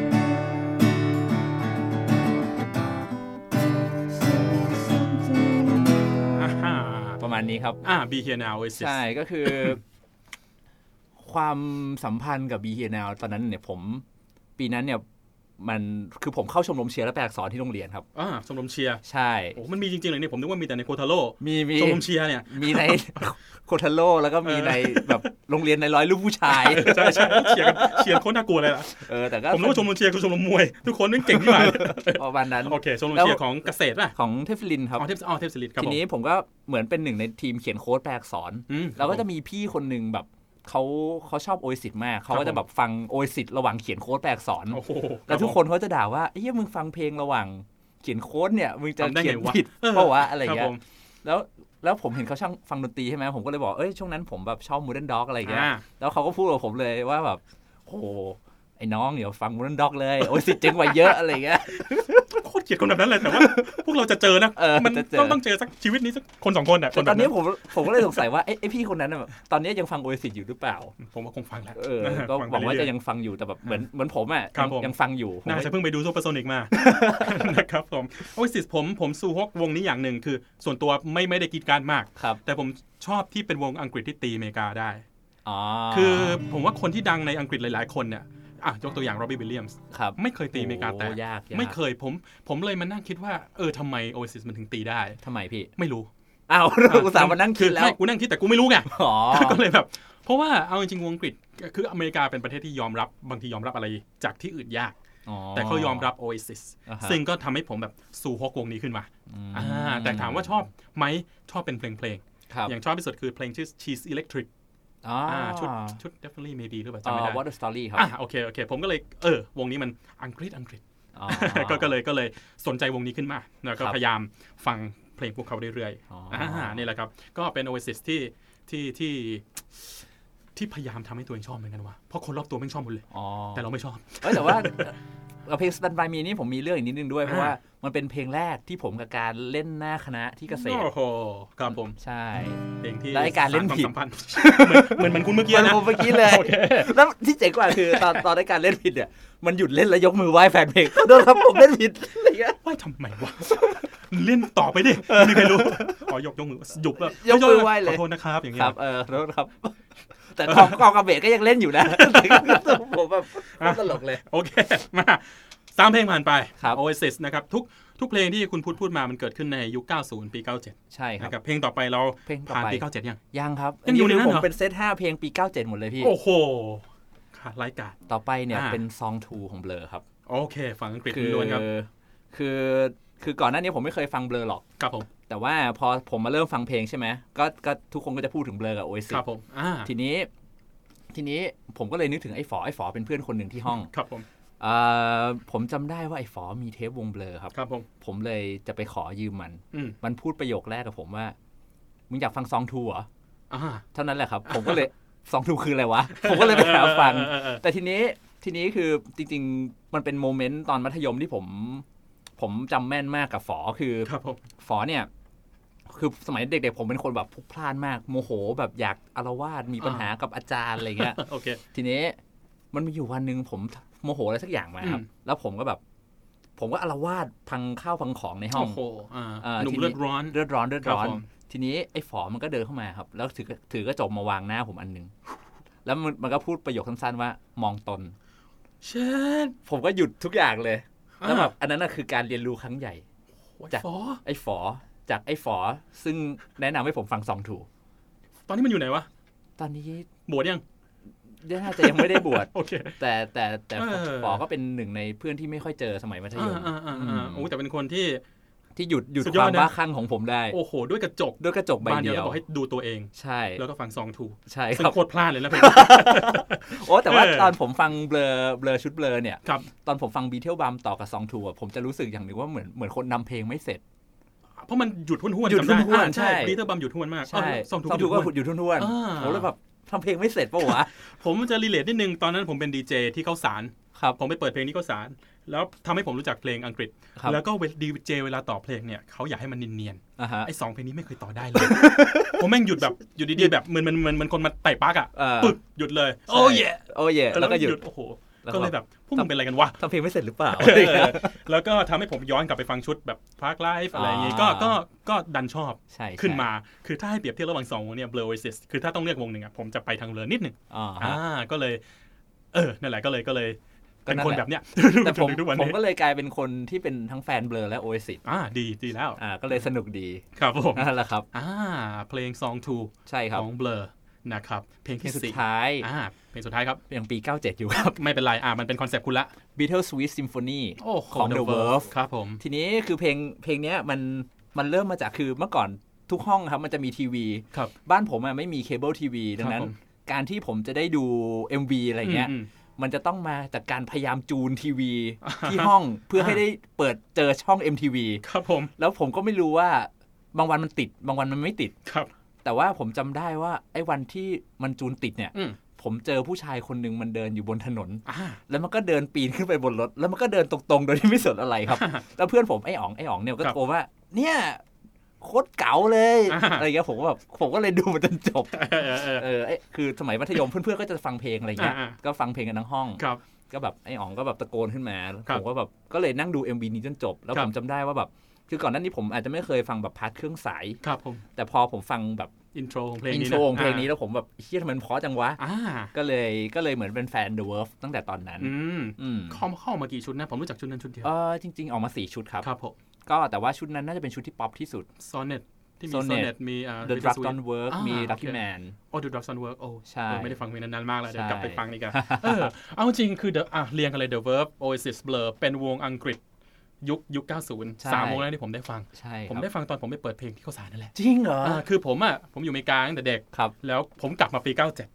Say something ประมาณนี้ครับ Be Here Now ใช่ก็คือความสัมพันธ์กับ Be Here Now ตอนนั้นเนี่ยปีนั้นเนี่ยมันคือผมเข้าชมรมเชียร์และแปลอักษรที่โรงเรียนครับชมรมเชียร์ใช่โอ้มันมีจริงๆเลยเนี่ยผมนึกว่ามีแต่ในโคทาโร่มีชมรมเชียร์เนี่ยมีในโคทาโร่แล้วก็มีในแบบโรงเรียนในร้อยลูกผู้ชายใช่เชียร์โคตรน่ากลัวเลยล่ะแต่ก็ผมนึกว่าชมรมเชียร์คือชมรมมวยทุกคนนั่งเก่งที่มาประมาณนั้นโอเคชมรมเชียร์ของเกษตรป่ะของเทพศิรินทร์ครับเทพศิรินทร์ครับทีนี้ผมก็เหมือนเป็นหนึ่งในทีมเขียนโค้ดแปลอักษรแล้วก็จะมีพี่คนนึงแบบเขาชอบโอเอซิสมากเขาก็จะแบบฟังโอเอซิสระหว่างเขียนโค้ดแปลอักษรแล้วทุกคนเขาจะด่าว่าเฮ้ยมึงฟังเพลงระหว่างเขียนโค้ดเนี่ยมึงจะเขียนผิดเพราะว่าอะไรเงี้ยแล้วผมเห็นเขาช่างฟังดนตรีใช่ไหมผมก็เลยบอกช่วงนั้นผมแบบชอบ Modern Dog อะไรเงี้ยแล้วเขาก็พูดกับผมเลยว่าแบบโอ้ไอ้น้องเดี๋ยวฟัง Modern Dog เลยโอเอซิสเจ๋งกว่าเยอะอะไรเงี้ยโคตรเกลียดคนแบบนั้นเลยแต่ว่าพวกเราจะเจอนะมันต้องเจอสักชีวิตนี้สักคน2คนอ่ะตอนนี้ผมก็เลยสงสัยว่าไอ้พี่คนนั้นแบบตอนนี้ยังฟัง Oasis อยู่หรือเปล่าผมว่าคงฟังแล้วก็หวังว่าจะยังฟังอยู่แต่แบบเหมือนผมอ่ะยังฟังอยู่น่าจะเพิ่งไปดูซูเปอร์โซนิกมานะครับผม Oasis ผมซูฮกวงนี้อย่างหนึ่งคือส่วนตัวไม่ได้กีดการมากแต่ผมชอบที่เป็นวงอังกฤษที่ตีอเมริกาได้คือผมว่าคนที่ดังในอังกฤษหลายๆคนเนี่ยยกตัวอย่างโรบี้วิลเลียมส์ไม่เคยตีอเมริกาแต่ไม่เคยผมเลยมานั่งคิดว่าทำไม Oasis มันถึงตีได้ทำไมพี่ไม่รู้อุตส่าห์มานั่งคิดแล้วกูนั่งคิดแต่กูไม่รู้ไงก็เลยแบบเพราะว่าเอาจริงๆวงอังกฤษคืออเมริกาเป็นประเทศที่ยอมรับบางทียอมรับอะไรจากที่อื่นยากแต่เขายอมรับ Oasis ซึ่งก็ทำให้ผมแบบสู่ฮกวงนี้ขึ้นมาแต่ถามว่าชอบไหมชอบเป็นเพลงอย่างชอบที่สุดคือเพลงชื่อ She's Electricชุด definitely maybe หรือเปล่าจำไม่ได้ What a Story ครับโอเคผมก็เลยวงนี้มันอังกฤษก็เลยสนใจวงนี้ขึ้นมาแล้วก็พยายามฟังเพลงพวกเขาเรื่อยๆนี่แหละครับก็เป็น Oasis ที่พยายามทำให้ตัวเองชอบเหมือนกันว่ะเพราะคนรอบตัวไม่ชอบหมดเลยแต่เราไม่ชอบแต่ว่าเพลง Stand By Me นี่ผมมีเรื่องอีกนิดนึงด้วยเพราะว่ามันเป็นเพลงแรกที่ผมกับการเล่นหน้าคณะที่เกษตรโอ้โหครับผมใช่เพลงที่และการเล่นผิดเหมือนคุณเมื่อกี้นะเมื่อกี้เลยแล้วที่เจ๋งกว่าคือตอนได้การเล่นผิดเนี่ยมันหยุดเล่นแล้วยกมือไหว้แฟนเพลงโดนครับผมเล่นผิดอะไรเงี้ยไหว้ทำไมวะเล่นต่อไปดิไม่มีใครรู้ยกมือหยุบแล้วยกมือไหว้เลยขอโทษนะครับอย่างเงี้ยครับขอโทษครับแต่กองกระเบดก็ยังเล่นอยู่นะผมแบบตลกเลยโอเคมา3เพลงผ่านไป Oasis นะครับทุกเพลงที่คุณพูดมามันเกิดขึ้นในยุค90ปี97 ใช่ครับเพลงต่อไปเราผ่านปี97ยังครับยังอยู่ในนั้นผมเป็นเซต5เพลงปี97หมดเลยพี่โอ้โหขขาดรายการต่อไปเนี่ยเป็น Song 2 ของ Blur ครับโอเคฟังอังกฤษล้วนครับคือก่อนหน้านี้ผมไม่เคยฟัง Blur หรอกครับผมแต่ว่าพอผมมาเริ่มฟังเพลงใช่ไหมก็ทุกคนก็จะพูดถึง Blur กับ Oasis ครับผมทีนี้ผมก็เลยนึกถึงไอ้ฝอเป็นเพื่อนคนหนึ่งที่ห้องครับผมจำได้ว่าไอ้ฝอมีเทปวง Blur ครับผมเลยจะไปขอยืมมันพูดประโยคแรกกับผมว่ามึงอยากฟัง Song 2 เหรอเท่านั้นแหละครับผมก็เลย Song 2 คืออะไรวะผมก็เลยไปหาฟังแต่ทีนี้คือจริงๆมันเป็นโมเมนต์ตอนมัธยมที่ผมจำแม่นมากกับฝอคือฝอเนี่ยคือสมัยเด็กๆผมเป็นคนแบบพลุกพล่านมากโมโหแบบอยากอาละวาดมีปัญหากับอาจารย์อะไรเงี้ยทีนี้มันมีอยู่วันนึงผมโมโหอะไรสักอย่างมาครับแล้วผมก็อาละวาดพังข้าวพังของในห้องหนุ่มเลือดร้อนทีนี้ไอ้ฝอมันก็เดินเข้ามาครับแล้วถือกระจกมาวางหน้าผมอันนึงแล้วมันก็พูดประโยคสั้นๆว่ามองตนผมก็หยุดทุกอย่างเลยแล้วแบบอันนั้นคือการเรียนรู้ครั้งใหญ่จากไอ้ฝอซึ่งแนะนำให้ผมฟังSong 2 ตอนนี้มันอยู่ไหนวะตอนนี้บวชยังน่าจะยังไม่ได้บวช okay. แต่ฝอก็เป็นหนึ่งในเพื่อนที่ไม่ค่อยเจอสมัยมัธยมโอ้แต่เป็นคนที่หยุดความบ้าคลั่งของผมได้โอ้โหด้วยกระจกใบเดียวแล้วบอกให้ดูตัวเองใช่แล้วก็ฟังSong 2ใช่ครับโคตรพลาดเลยนะโอ้แต่ว่าตอนผมฟังเบลอชุดเบลอเนี่ยตอนผมฟัง Beatles Bum ต่อกับSong 2อ่ะผมจะรู้สึกอย่างนึงว่าเหมือนคนนำเพลงไม่เสร็จเพราะมันหยุดห้วนจำได้ใช่ Beatles Bum หยุดห้วนมาก Song 2ก็หยุดห้วนโอ้แล้วแบบทำเพลงไม่เสร็จป่ะวะผมจะรีเลทนิดนึงตอนนั้นผมเป็นดีเจที่เข้าสารผมไปเปิดเพลงที่เข้าสารแล้วทำให้ผมรู้จักเพลงอังกฤษแล้วก็ดีเจเวลาต่อเพลงเนี่ยเขาอยากให้มันเนียนๆไอ้2เพลงนี้ไม่เคยต่อได้เลยผมแม่งหยุดแบบอยู่ดีๆแบบมันคนมาไต่ปักอ่ะปึ๊บหยุดเลยโอ้ยแล้วก็หยุดโอ้โหก็เลยแบบพวกมึงเป็นอะไรกันวะทำเพลงไม่เสร็จหรือเปล่าแล้วก็ทำให้ผมย้อนกลับไปฟังชุดแบบพาร์คไลฟ์อะไรอย่างงี้ก็ดันชอบขึ้นมาคือถ้าให้เปรียบเทียบระหว่าง2วงเนี่ย Blur Oasis คือถ้าต้องเลือกวงนึงอ่ะผมจะไปทาง Blur นิดนึงก็เลยนั่นแหละก็เลยเป็นคนแบบเนี้ยแต่ผมก็เลยกลายเป็นคนที่เป็นทั้งแฟน Blur และ Oasis ดีแล้วก็เลยสนุกดีครับผมนั่นแหละครับเพลง Song 2 ใช่ครับของ Blur นะครับเพลงที่สุดท้ายเพลงสุดท้ายครับยังปี97อยู่ครับไม่เป็นไรมันเป็นคอนเซ็ปต์คุณละ Beatles Sweet Symphony ของ The Verve ครับผมทีนี้คือเพลงนี้มันเริ่มมาจากคือเมื่อก่อนทุกห้องครับมันจะมีทีวีบ้านผมไม่มีเคเบิลทีวีดังนั้นการที่ผมจะได้ดู MV อะไรเงี้ยมันจะต้องมาจากการพยายามจูนทีวีที่ห้องเพื่อให้ได้เปิดเจอช่อง MTV ครับผมแล้วผมก็ไม่รู้ว่าบางวันมันติดบางวันมันไม่ติดครับแต่ว่าผมจำได้ว่าไอ้วันที่มันจูนติดเนี่ยผมเจอผู้ชายคนนึงมันเดินอยู่บนถนนแล้วมันก็เดินปีนขึ้นไปบนรถแล้วมันก็เดินตรงๆโดยที่ไม่สนอะไรครับแล้วเพื่อนผมไอ้อ๋องเนี่ยก็โกรธว่าเนี่ยโคตรเก๋าเลยอะไรเงี้ยผมก็เลยดูมันจนจบคือสมัยมัธยมเพื่อนๆก็จะฟังเพลงอะไรเงี้ยก็ฟังเพลงกันทั้งห้องก็แบบไอ้อ๋องก็แบบตะโกนขึ้นมาผมก็แบบก็เลยนั่งดู MV นี้จนจบแล้วผมจำได้ว่าแบบคือก่อนหน้านี้ผมอาจจะไม่เคยฟังแบบพาร์ทเครื่องสายแต่พอผมฟังแบบอินโทรของเพลงนี้แล้วผมแบบเฮียทำไมมันเพราะจังวะก็เลยเหมือนเป็นแฟน The Verve ตั้งแต่ตอนนั้นเข้ามากี่ชุดนะผมรู้จักชุดนั้นชุดเดียวจริงๆออกมา4ชุดครับครับผมก็แต่ว่าชุดนั้นน่าจะเป็นชุดที่ป๊อปที่สุด Sonnet ที่มี Sonnet มี The Drugs Don't Work มี Lucky Man The Drugs Don't Work ใช่ไม่ได้ฟังเพลงนั้นนานมากแล้วเดี๋ยวกลับไปฟังนี่กันเอาจริงคือเรียงกันเลย The Verve Oasis Blur เป็นวงอังกฤษยุค90 3วงแรกที่ผมได้ฟังผมได้ฟังตอนผมไปเปิดเพลงที่เข้าสารนั่นแหละจริงเหรอคือผมอยู่อเมริกาตั้งแต่เด็กแล้วผมกลับมาปี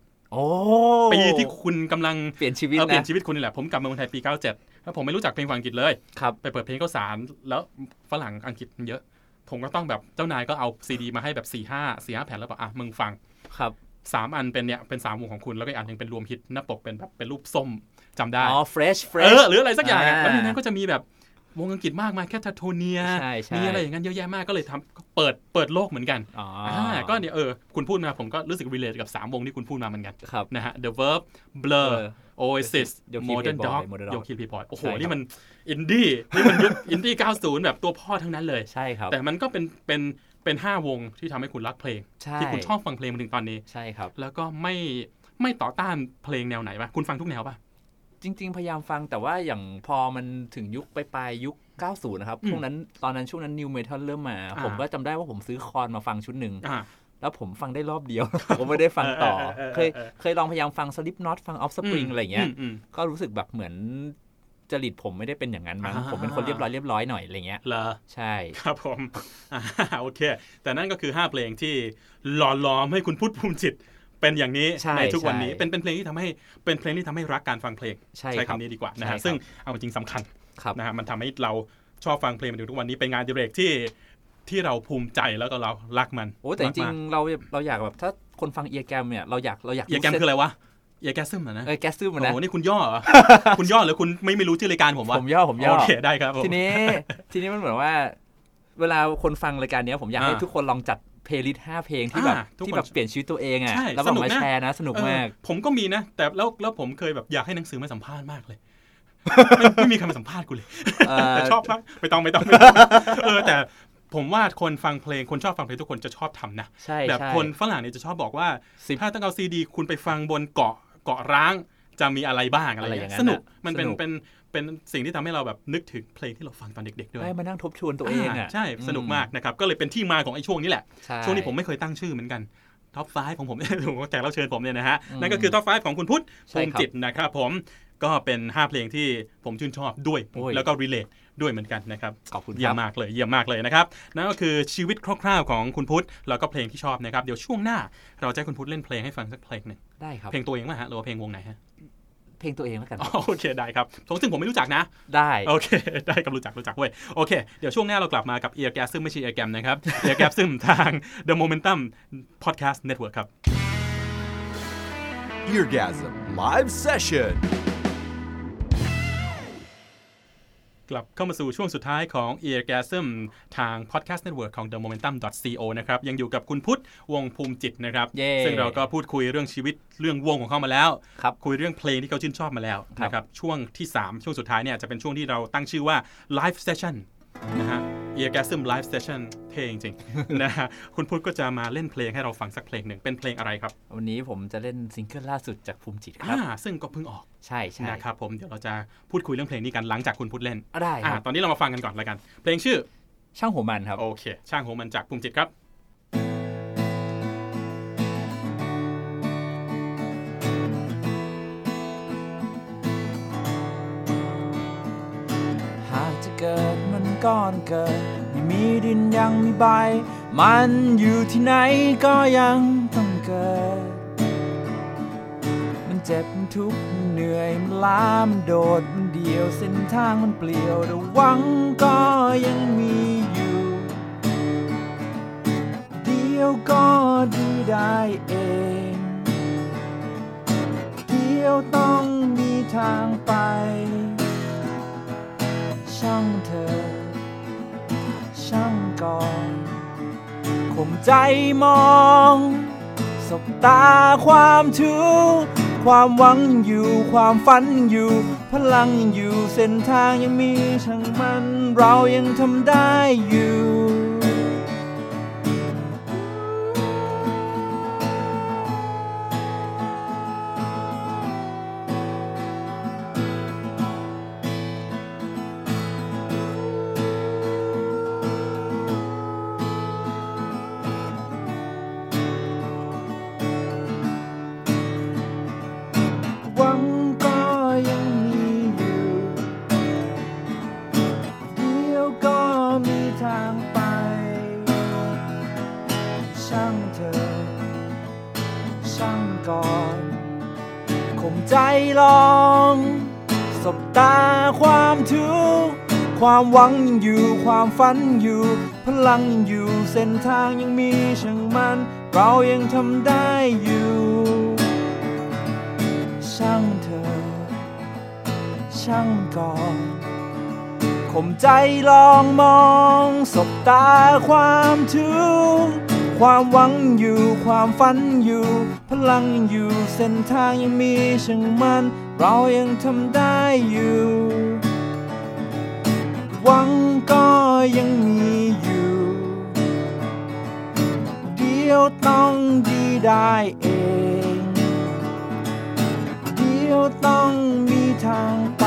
97 ปีที่คุณกำลังเปลี่ยนชีวิตคุณนี่แหละผมกลับมาเมืองไทยปี97แล้วผมไม่รู้จักเพลงอังกฤษเลยไปเปิดเพลงเข้าสารแล้วฝรั่งอังกฤษเยอะผมก็ต้องแบบเจ้านายก็เอาซีดีมาให้แบบ4-5 แผ่นแล้วบอกมึงฟังครับ 3อันเป็น3วงของคุณแล้วก็อีกอันนึงเป็นรวมฮิตหน้าปกเป็นแบบเป็นรูปส้มจำได้ fresh หรืออะไรสักอย่างแล้วในนั้นก็จะมีแบบวงอังกฤษมากมายแคทาโทเนียมีอะไรอย่างนั้นเยอะแยะมากก็เลยทำเปิดโลกเหมือนกันก็เนี่ยคุณพูดมาผมก็รู้สึกรีเลทกับ3วงที่คุณพูดมาเหมือนกันนะฮะ The Verve Blur Oasis Modern Dog Yoki Boy โอ้โหนี่มันอินดี้นี่มันยุคอินดี้90แบบตัวพ่อทั้งนั้นเลยใช่ครับแต่มันก็เป็น5วงที่ทำให้คุณรักเพลงที่คุณชอบฟังเพลงมาถึงตอนนี้ใช่ครับแล้วก็ไม่ต่อต้านเพลงแนวไหนป่ะคุณฟังทุกแนวป่ะจริงๆพยายามฟังแต่ว่าอย่างพอมันถึงยุคปลายยุค90นะครับตอนนั้นช่วงนั้น New Metal เริ่มมาผมก็จำได้ว่าผมซื้อคอนมาฟังชุดหนึ่งแแล้วผมฟังได้รอบเดียว ผมไม่ได้ฟังต่อเคยลองพยายามฟัง Slipknot ฟัง Offspring อะไรเงี้ยก็รู้สึกแบบเหมือนจริตผมไม่ได้เป็นอย่างนั้นมั้งผมเป็นคนเรียบร้อยหน่อยอะไรเงี้ยเหรอใช่ครับผมโอเคแต่นั่นก็คือ5เพลงที่หล่อล้อมให้คุณพุทธภูมิจิตเป็นอย่างนี้ในทุกวันนี้เป็นเพลงที่ทำให้รักการฟังเพลงใช้คำนี้ดีกว่านะฮะซึ่งเอาจริงสำคัญนะฮะมันทำให้เราชอบฟังเพลงมาถึงทุกวันนี้เป็นงานอดิเรกที่เราภูมิใจแล้วก็เรารักมันโอ้แต่จริงๆเราอยากแบบถ้าคนฟังเอียร์แกมเนี่ยเราอยากเอียร์แกมคืออะไรวะเอียร์แกซึมนะแกซึมนะโอ้นี่คุณย่อเหรอ คุณย่อหรือคุณไม่รู้ชื่อรายการผมวะผมย่อโอเคได้ครับทีนี้มันเหมือนว่าเวลาคนฟังรายการนี้ผมอยากให้ทุกคนลองจัดเพลย์ลิสต์5เพลงที่แบบเปลี่ยนชีวิตตัวเองอ่ะแล้วแบบมาแชร์นะสนุกมากผมก็มีนะแต่แล้วผมเคยแบบอยากให้หนังสือมาสัมภาษณ์มากเลยไม่มีใครมาสัมภาษณ์กูเลยแต่ชอบมากไม่ต้องแต่ผมว่าคนฟังเพลงคนชอบฟังเพลงทุกคนจะชอบทำนะแบบคนฝรั่งเนี่ยจะชอบบอกว่าถ้าต้องเอาซีดีคุณไปฟังบนเกาะร้างจะมีอะไรบ้างอะไรอย่างเงี้ยสนุกมันเป็นสิ่งที่ทำให้เราแบบนึกถึงเพลงที่เราฟังตอนเด็กๆด้วยมานั่งทบทวนตัวเองใช่สนุกมากนะครับก็เลยเป็นที่มาของไอ้ช่วงนี้แหละช่วงนี้ผมไม่เคยตั้งชื่อเหมือนกันท็อป 5 ของผมแขกรับเชิญผมเนี่ยนะฮะนั่นก็คือท็อป 5 ของคุณพุทธภูมิจิตนะครับผมก็เป็น5เพลงที่ผมชื่นชอบด้วยแล้วก็รีเลทด้วยเหมือนกันนะครับขอบคุณเยี่ยมมากเลยนะครับนั่นก็คือชีวิตคร่าวๆของคุณพุทธแล้วก็เพลงที่ชอบนะครับเดี๋ยวช่วงหน้าเราจะให้คุณพุทธเล่นเพลงให้ฟังสักเพลงนึงได้ครับเพลงตัวเองมั้ยฮะหรือว่าเพลงวงไหนฮะเพลงตัวเองแล้วกันโอเคได้ครับซึ่งผมไม่รู้จักนะได้โอเคได้ครับรู้จักเว้ยโอเคเดี๋ยวช่วงหน้าเรากลับมากับ Eargasm ไม่ใช่ Eargam นะครับ Eargasm ทาง The Momentum Podcast Network ครับ Eargasm Live Session กลับเข้ามาสู่ช่วงสุดท้ายของ Eargasm ทาง Podcast Network ของ The Momentum.co นะครับยังอยู่กับคุณพุทธวงศ์ภูมิจิตนะครับซึ่งเราก็พูดคุยเรื่องชีวิตเรื่องวงของเขามาแล้วคุยเรื่องเพลงที่เขาชื่นชอบมาแล้วนะครับช่วงที่3ช่วงสุดท้ายเนี่ยจะเป็นช่วงที่เราตั้งชื่อว่า Live Session นะฮะ Eargasm Live Session เท่จริงๆนะฮะคุณพุทธก็จะมาเล่นเพลงให้เราฟังสักเพลงหนึ่งเป็นเพลงอะไรครับวันนี้ผมจะเล่นซิงเกิลล่าสุดจากภูมิจิตครับซึ่งก็เพิ่งออกใช่นะครับผมเดี๋ยวเราจะพูดคุยเรื่องเพลงนี้กันหลังจากคุณพุทธเล่นได้ครับตอนนี้เรามาฟังกันก่อนละกันเพลงชื่อช่างหัวมันครับโอเคช่างหัวมันจากภูมิจิตครับหากจะเกิดมันก้อนเกิดไม่มีดินยังมีใบมันอยู่ที่ไหนก็ยังต้องเกิดมันเจ็บมันทุกข์มันเหนื่อยมันล้ามันโดดมันเดี่ยวเส้นทางมันเปลี่ยวแต่หวังก็ยังมีอยู่เดี๋ยวก็ดีได้เองเดี๋ยวต้องมีทางไปช่างเธอช่างก่อนข่มใจมองสบตาความทุกข์ความหวังยังอยู่ความฝันยังอยู่พลังยังอยู่เส้นทางยังมีช่างมันเรายังทำได้อยู่ใจลองสบตาความทุกข์ความหวังยังอยู่ความฝันอยู่พลังยังอยู่เส้นทางยังมีช่างมันเรายังทำได้อยู่ช่างเธอช่างก่อนข่มใจลองมองสบตาความทุกข์ความหวังอยู่ความฝันอยู่พลังยังอยู่เส้นทางยังมีช่างมันเรายังทำได้อยู่หวังก็ยังมีอยู่เดี๋ยวต้องดีได้เองเดี๋ยวต้องมีทางไป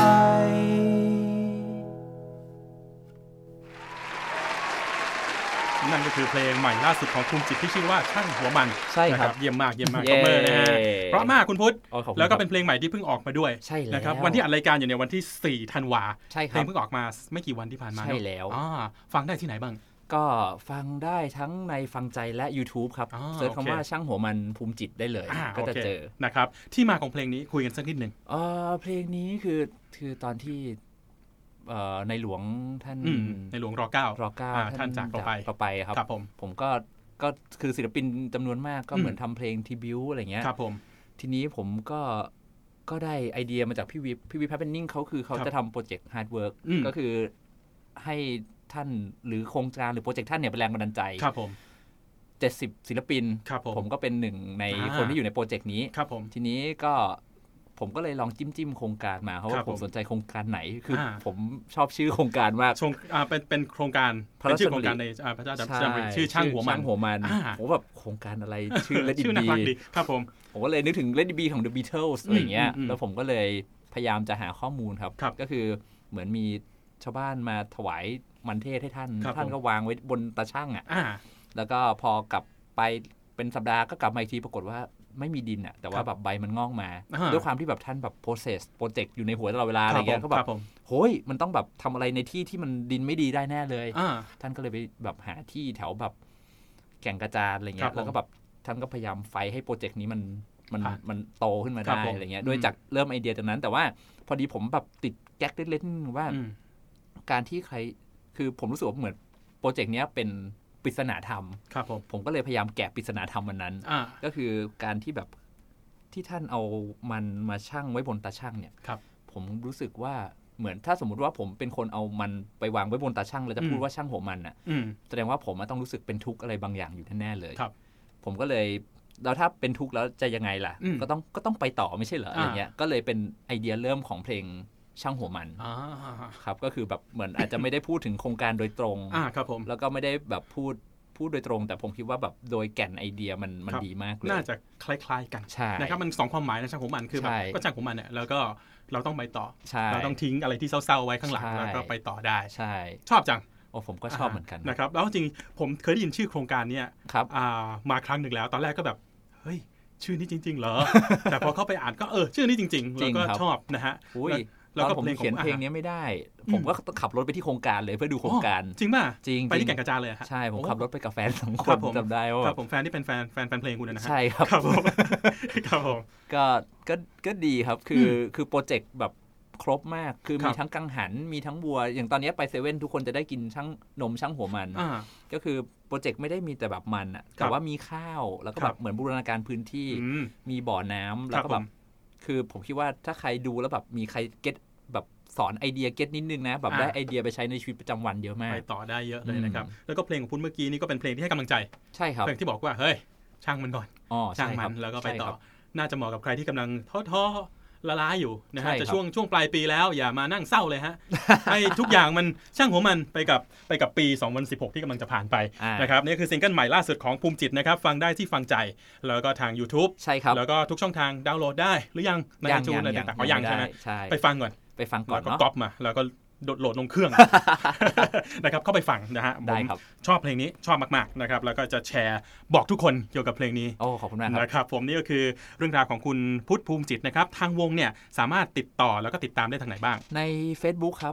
นั่นก็คือเพลงใหม่ล่าสุดของภูมิจิตที่ชื่อว่าช่างหัวมันใช่ครับเยี่ยมมากตบมือนะฮะเพราะมากคุณพุทธแล้วก็เป็นเพลงใหม่ที่เพิ่งออกมาด้วยนะครับวันที่อัดรายการอยู่ในวันที่4ธันวาเพลงเพิ่งออกมาไม่กี่วันที่ผ่านมาใช่แล้วฟังได้ที่ไหนบ้างก็ฟังได้ทั้งในฟังใจและ YouTube ครับเสิร์ชคำว่าช่างหัวมันภูมิจิตได้เลยก็จะเจอนะครับที่มาของเพลงนี้คุยกันสักนิดนึงเพลงนี้คือตอนที่ในหลวงท่านในหลวงร.9 ท่านจากเราไปครับผมก็คือศิลปินจำนวนมากก็เหมือนทำเพลงทีบิวอะไรเงี้ยครับผมทีนี้ผมก็ได้ไอเดียมาจากพี่วิปแฮปเปนนิ่งเขาจะทำโปรเจกต์ฮาร์ดเวิร์กก็คือให้ท่านหรือโครงการหรือโปรเจกต์ท่านเนี่ยเป็นแรงบันดาลใจครับผม 70ศิลปินผมก็เป็นหนึ่งในคนที่อยู่ในโปรเจกต์นี้ครับผมทีนี้ผมก็เลยลองจิ้มโครงการมาเพราะว่าผมสนใจโครงการไหนคือผมชอบชื่อโครงการมากเป็นโครงการเป็นชื่อโครงการในพระเจ้าชื่อช่างหัวมันผมแบบโครงการอะไรชื่อ Let It Be ครับผมก็เลยนึกถึง Let It Be ของ The Beatles อะไรเงี้ยแล้วผมก็เลยพยายามจะหาข้อมูลครับก็คือเหมือนมีชาวบ้านมาถวายมันเทศให้ท่านก็วางไว้บนตาช่างแล้วก็พอกลับไปเป็นสัปดาห์ก็กลับมาอีกทีปรากฏว่าไม่มีดินแต่ว่าแบบใบมันงอกมาด้วยความที่แบบท่านแบบ process โปรเจกต์อยู่ในหัวตลอดเวลาอะไรเงี้ยก็แบบโห้ยมันต้องแบบทำอะไรในที่มันดินไม่ดีได้แน่เลยท่านก็เลยไปแบบหาที่แถวแบบแก่งกระจานอะไรเงี้ยแล้วก็แบบท่านก็พยายามไฟให้โปรเจกต์นี้มันโตขึ้นมาได้อะไรเงี้ยด้วยจากเริ่มไอเดียจากนั้นแต่ว่าพอดีผมแบบติดแก๊กเล็กๆว่าการที่ใครคือผมรู้สึกว่าเหมือนโปรเจกต์นี้เป็นปริศนาธรรมครับผมก็เลยพยายามแกะปริศนาธรรมวันนั้นก็คือการที่แบบที่ท่านเอามันมาชั่งไว้บนตาชั่งเนี่ยผมรู้สึกว่าเหมือนถ้าสมมุติว่าผมเป็นคนเอามันไปวางไว้บนตาชั่งแล้วจะพูดว่าช่างหัวมันอ่ะแสดงว่าผมต้องรู้สึกเป็นทุกข์อะไรบางอย่างอยู่แน่ๆเลยผมก็เลยแล้วถ้าเป็นทุกข์แล้วจะยังไงล่ะก็ต้องไปต่อไม่ใช่เหรออะไรเงี้ยก็เลยเป็นไอเดียเริ่มของเพลงช่างหัวมันครับก็คือแบบเหมือนอาจจะไม่ได้พูดถึงโครงการโดยตรงครับผมแล้วก็ไม่ได้แบบพูดโดยตรงแต่ผมคิดว่าแบบโดยแก่นไอเดียมันดีมากเลยน่าจะคล้ายๆกันนะครับมัน2ความหมายนะช่างหัวมันคือแบบก็ช่างหัวมันเนี่ยแล้วก็เราต้องไปต่อเราต้องทิ้งอะไรที่เศร้าๆไว้ข้างหลังแล้วก็ไปต่อได้ชอบจังผมก็ชอบเหมือนกันนะครับแล้วจริงผมเคยได้ยินชื่อโครงการนี้มาครั้งหนึ่งแล้วตอนแรกก็แบบเฮ้ยชื่อนี้จริงๆเหรอแต่พอเข้าไปอ่านก็ชื่อนี้จริงๆแล้วก็ชอบนะฮะแล้วก็ผมเขียนเพลงนี้ไม่ได้ผมก็ขับรถไปที่โครงการเลยเพื่อดูโครงการจริงป่ะจริงไปที่แก่งกระจานเลยใช่ผมขับรถไปกับแฟน2คนจำได้ว่าครับผมแฟนที่เป็นแฟนเพลงคุณนะฮะใช่ครับครับผมก็ดีครับคือโปรเจกต์แบบครบมากคือมีทั้งกังหันมีทั้งบัวอย่างตอนนี้ไปเซเว่นทุกคนจะได้กินนมช่างหัวมันก็คือโปรเจกต์ไม่ได้มีแต่แบบมันแต่ว่ามีข้าวแล้วก็แบบเหมือนบูรณาการพื้นที่มีบ่อน้ำแล้วก็แบบคือผมคิดว่าถ้าใครดูแล้วแบบมีใครเก็ตแบบสอนไอเดียเก็ตนิดนึงนะแบบได้ไอเดียไปใช้ในชีวิตประจำวันเยอะมากไปต่อได้เยอะเลยนะครับแล้วก็เพลงของคุณเมื่อกี้นี่ก็เป็นเพลงที่ให้กำลังใจใช่ครับเพลงที่บอกว่าเฮ้ยช่างมันก่อนช่างมันแล้วก็ไปต่อน่าจะเหมาะกับใครที่กำลังท้อละล้าอยู่นะฮะจะช่วงปลายปีแล้วอย่ามานั่งเศร้าเลยฮะให้ทุกอย่างมันช่างหัวมันไปกับปี2016ที่กำลังจะผ่านไปนะครับนี่คือซิงเกิลใหม่ล่าสุดของภูมิจิตนะครับฟังได้ที่ฟังใจแล้วก็ทาง YouTube ใช่ครับแล้วก็ทุกช่องทางดาวน์โหลดได้หรือยังใน iTunes อะไรต่างๆยังใช่ไหมไปฟังก่อนแล้วก็ก๊อปมาแล้วก็โหลดลงเครื่องนะครับเข้าไปฟังนะฮะได้ครับชอบเพลงนี้ชอบมากๆนะครับแล้วก็จะแชร์บอกทุกคนเกี่ยวกับเพลงนี้ขอบคุณมากนะครับผมนี่ก็คือเรื่องราวของคุณพุทธภูมิจิตนะครับทางวงเนี่ยสามารถติดต่อแล้วก็ติดตามได้ทางไหนบ้างใน Facebook ครับ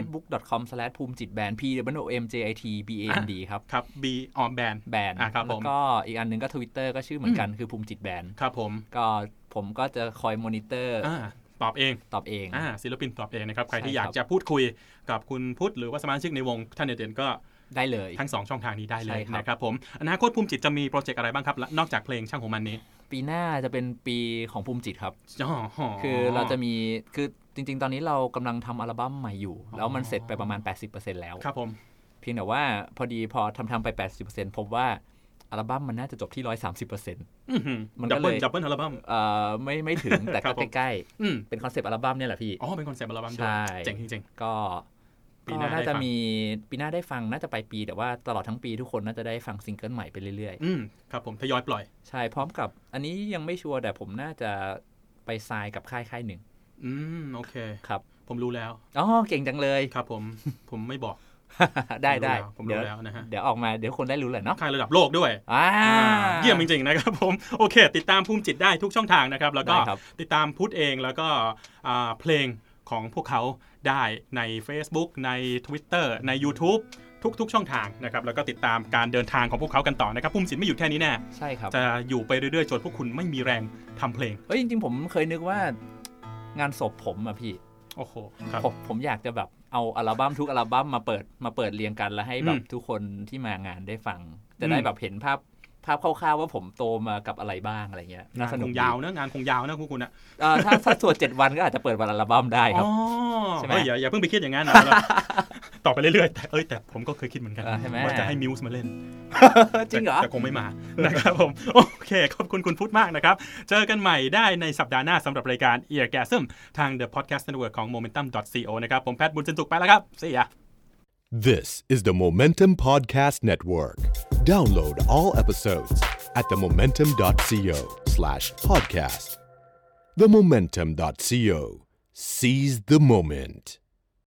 facebook.com/pumjitband PWOMJITBAND ครับ B on band ครับแล้วก็อีกอันนึงก็ Twitter ก็ชื่อเหมือนกันคือภูมิจิตแบนด์ครับผมก็จะคอยมอนิเตอร์ตอบเองศิลปินตอบเองนะครับใครที่อยากจะพูดคุยกับคุณพุทธหรือว่าสมาชิกในวงท่านเด่นๆก็ได้เลยทั้ง2ช่องทางนี้ได้เลยนะครับผมอนาคตภูมิจิตจะมีโปรเจกต์อะไรบ้างครับนอกจากเพลงช่างของมันนี้ปีหน้าจะเป็นปีของภูมิจิตครับคือเราจะมีคือจริงๆตอนนี้เรากำลังทำอัลบั้มใหม่อยู่แล้วมันเสร็จไปประมาณ 80% แล้วครับผมเพียงแต่ว่าพอทำไป 80% พบว่าอัลบั้มมันน่าจะจบที่ 130% มันก็เลยดับเบิ้ลอัลบั้มไม่ถึงแต่ก็ใกล้ๆเป็นคอนเซปต์อัลบั้มเนี่ยแหละพี่เป็นคอนเซปต์อัลบั้มด้วยเจ๋งจริงๆก็ปีหน้าน่าจะมีปีหน้าได้ฟังน่าจะไปปีแต่ว่าตลอดทั้งปีทุกคนน่าจะได้ฟังซิงเกิลใหม่ไปเรื่อยๆครับผมทยอยปล่อยใช่พร้อมกับอันนี้ยังไม่ชัวร์แต่ผมน่าจะไปไซน์กับค่ายหนึ่งโอเคครับผมรู้แล้วเก่งจังเลยครับผมไม่บอกได้ผมรู้แล้วนะฮะเดี๋ยวออกมาเดี๋ยวคนได้รู้แหละเนาะค่ายระดับโลกด้วยเยี่ยมจริงๆนะครับผมโอเคติดตามภูมิจิตได้ทุกช่องทางนะครับแล้วก็ติดตามพุทธเองแล้วก็เพลงของพวกเขาได้ใน Facebook ใน Twitter ใน YouTube ทุกช่องทางนะครับแล้วก็ติดตามการเดินทางของพวกเขากันต่อนะครับภูมิศิลป์ไม่หยุดแค่นี้แน่ใช่ครับจะอยู่ไปเรื่อยๆจนพวกคุณไม่มีแรงทำเพลงจริงๆผมเคยนึกว่างานศพผมอะพี่โอ้โหครับผมอยากจะแบบเอาอัลบั้มทุกอัลบั้มมาเปิดเรียงกันแล้วให้แบบทุกคนที่มางานได้ฟังจะได้แบบเห็นภาพคร่าวๆว่าผมโตมากับอะไรบ้างอะไรเงี้ยน่าสนุกยาวนะงานคงยาวนะคุณนะถ้าสวด7 วันก็อาจจะเปิดวันอัลบั้มได้ครับใช่ไหมอย่าเพิ่งไปคิดอย่างนั้นนะต่อไปเรื่อยๆแต่ผมก็เคยคิดเหมือนกันว่าจะให้มิวส์มาเล่นจริงเหรอแต่คงไม่มานะครับผมโอเคขอบคุณคุณพุทธมากนะครับเจอกันใหม่ได้ในสัปดาห์หน้าสำหรับรายการ Eargasm ทาง The Podcast Network ของ momentum.co นะครับผมแพทย์บุญสินสุขไปแล้วครับ See ya This is the Momentum Podcast Network. Download all episodes at themomentum.co/podcast. Themomentum.co. Seize the moment.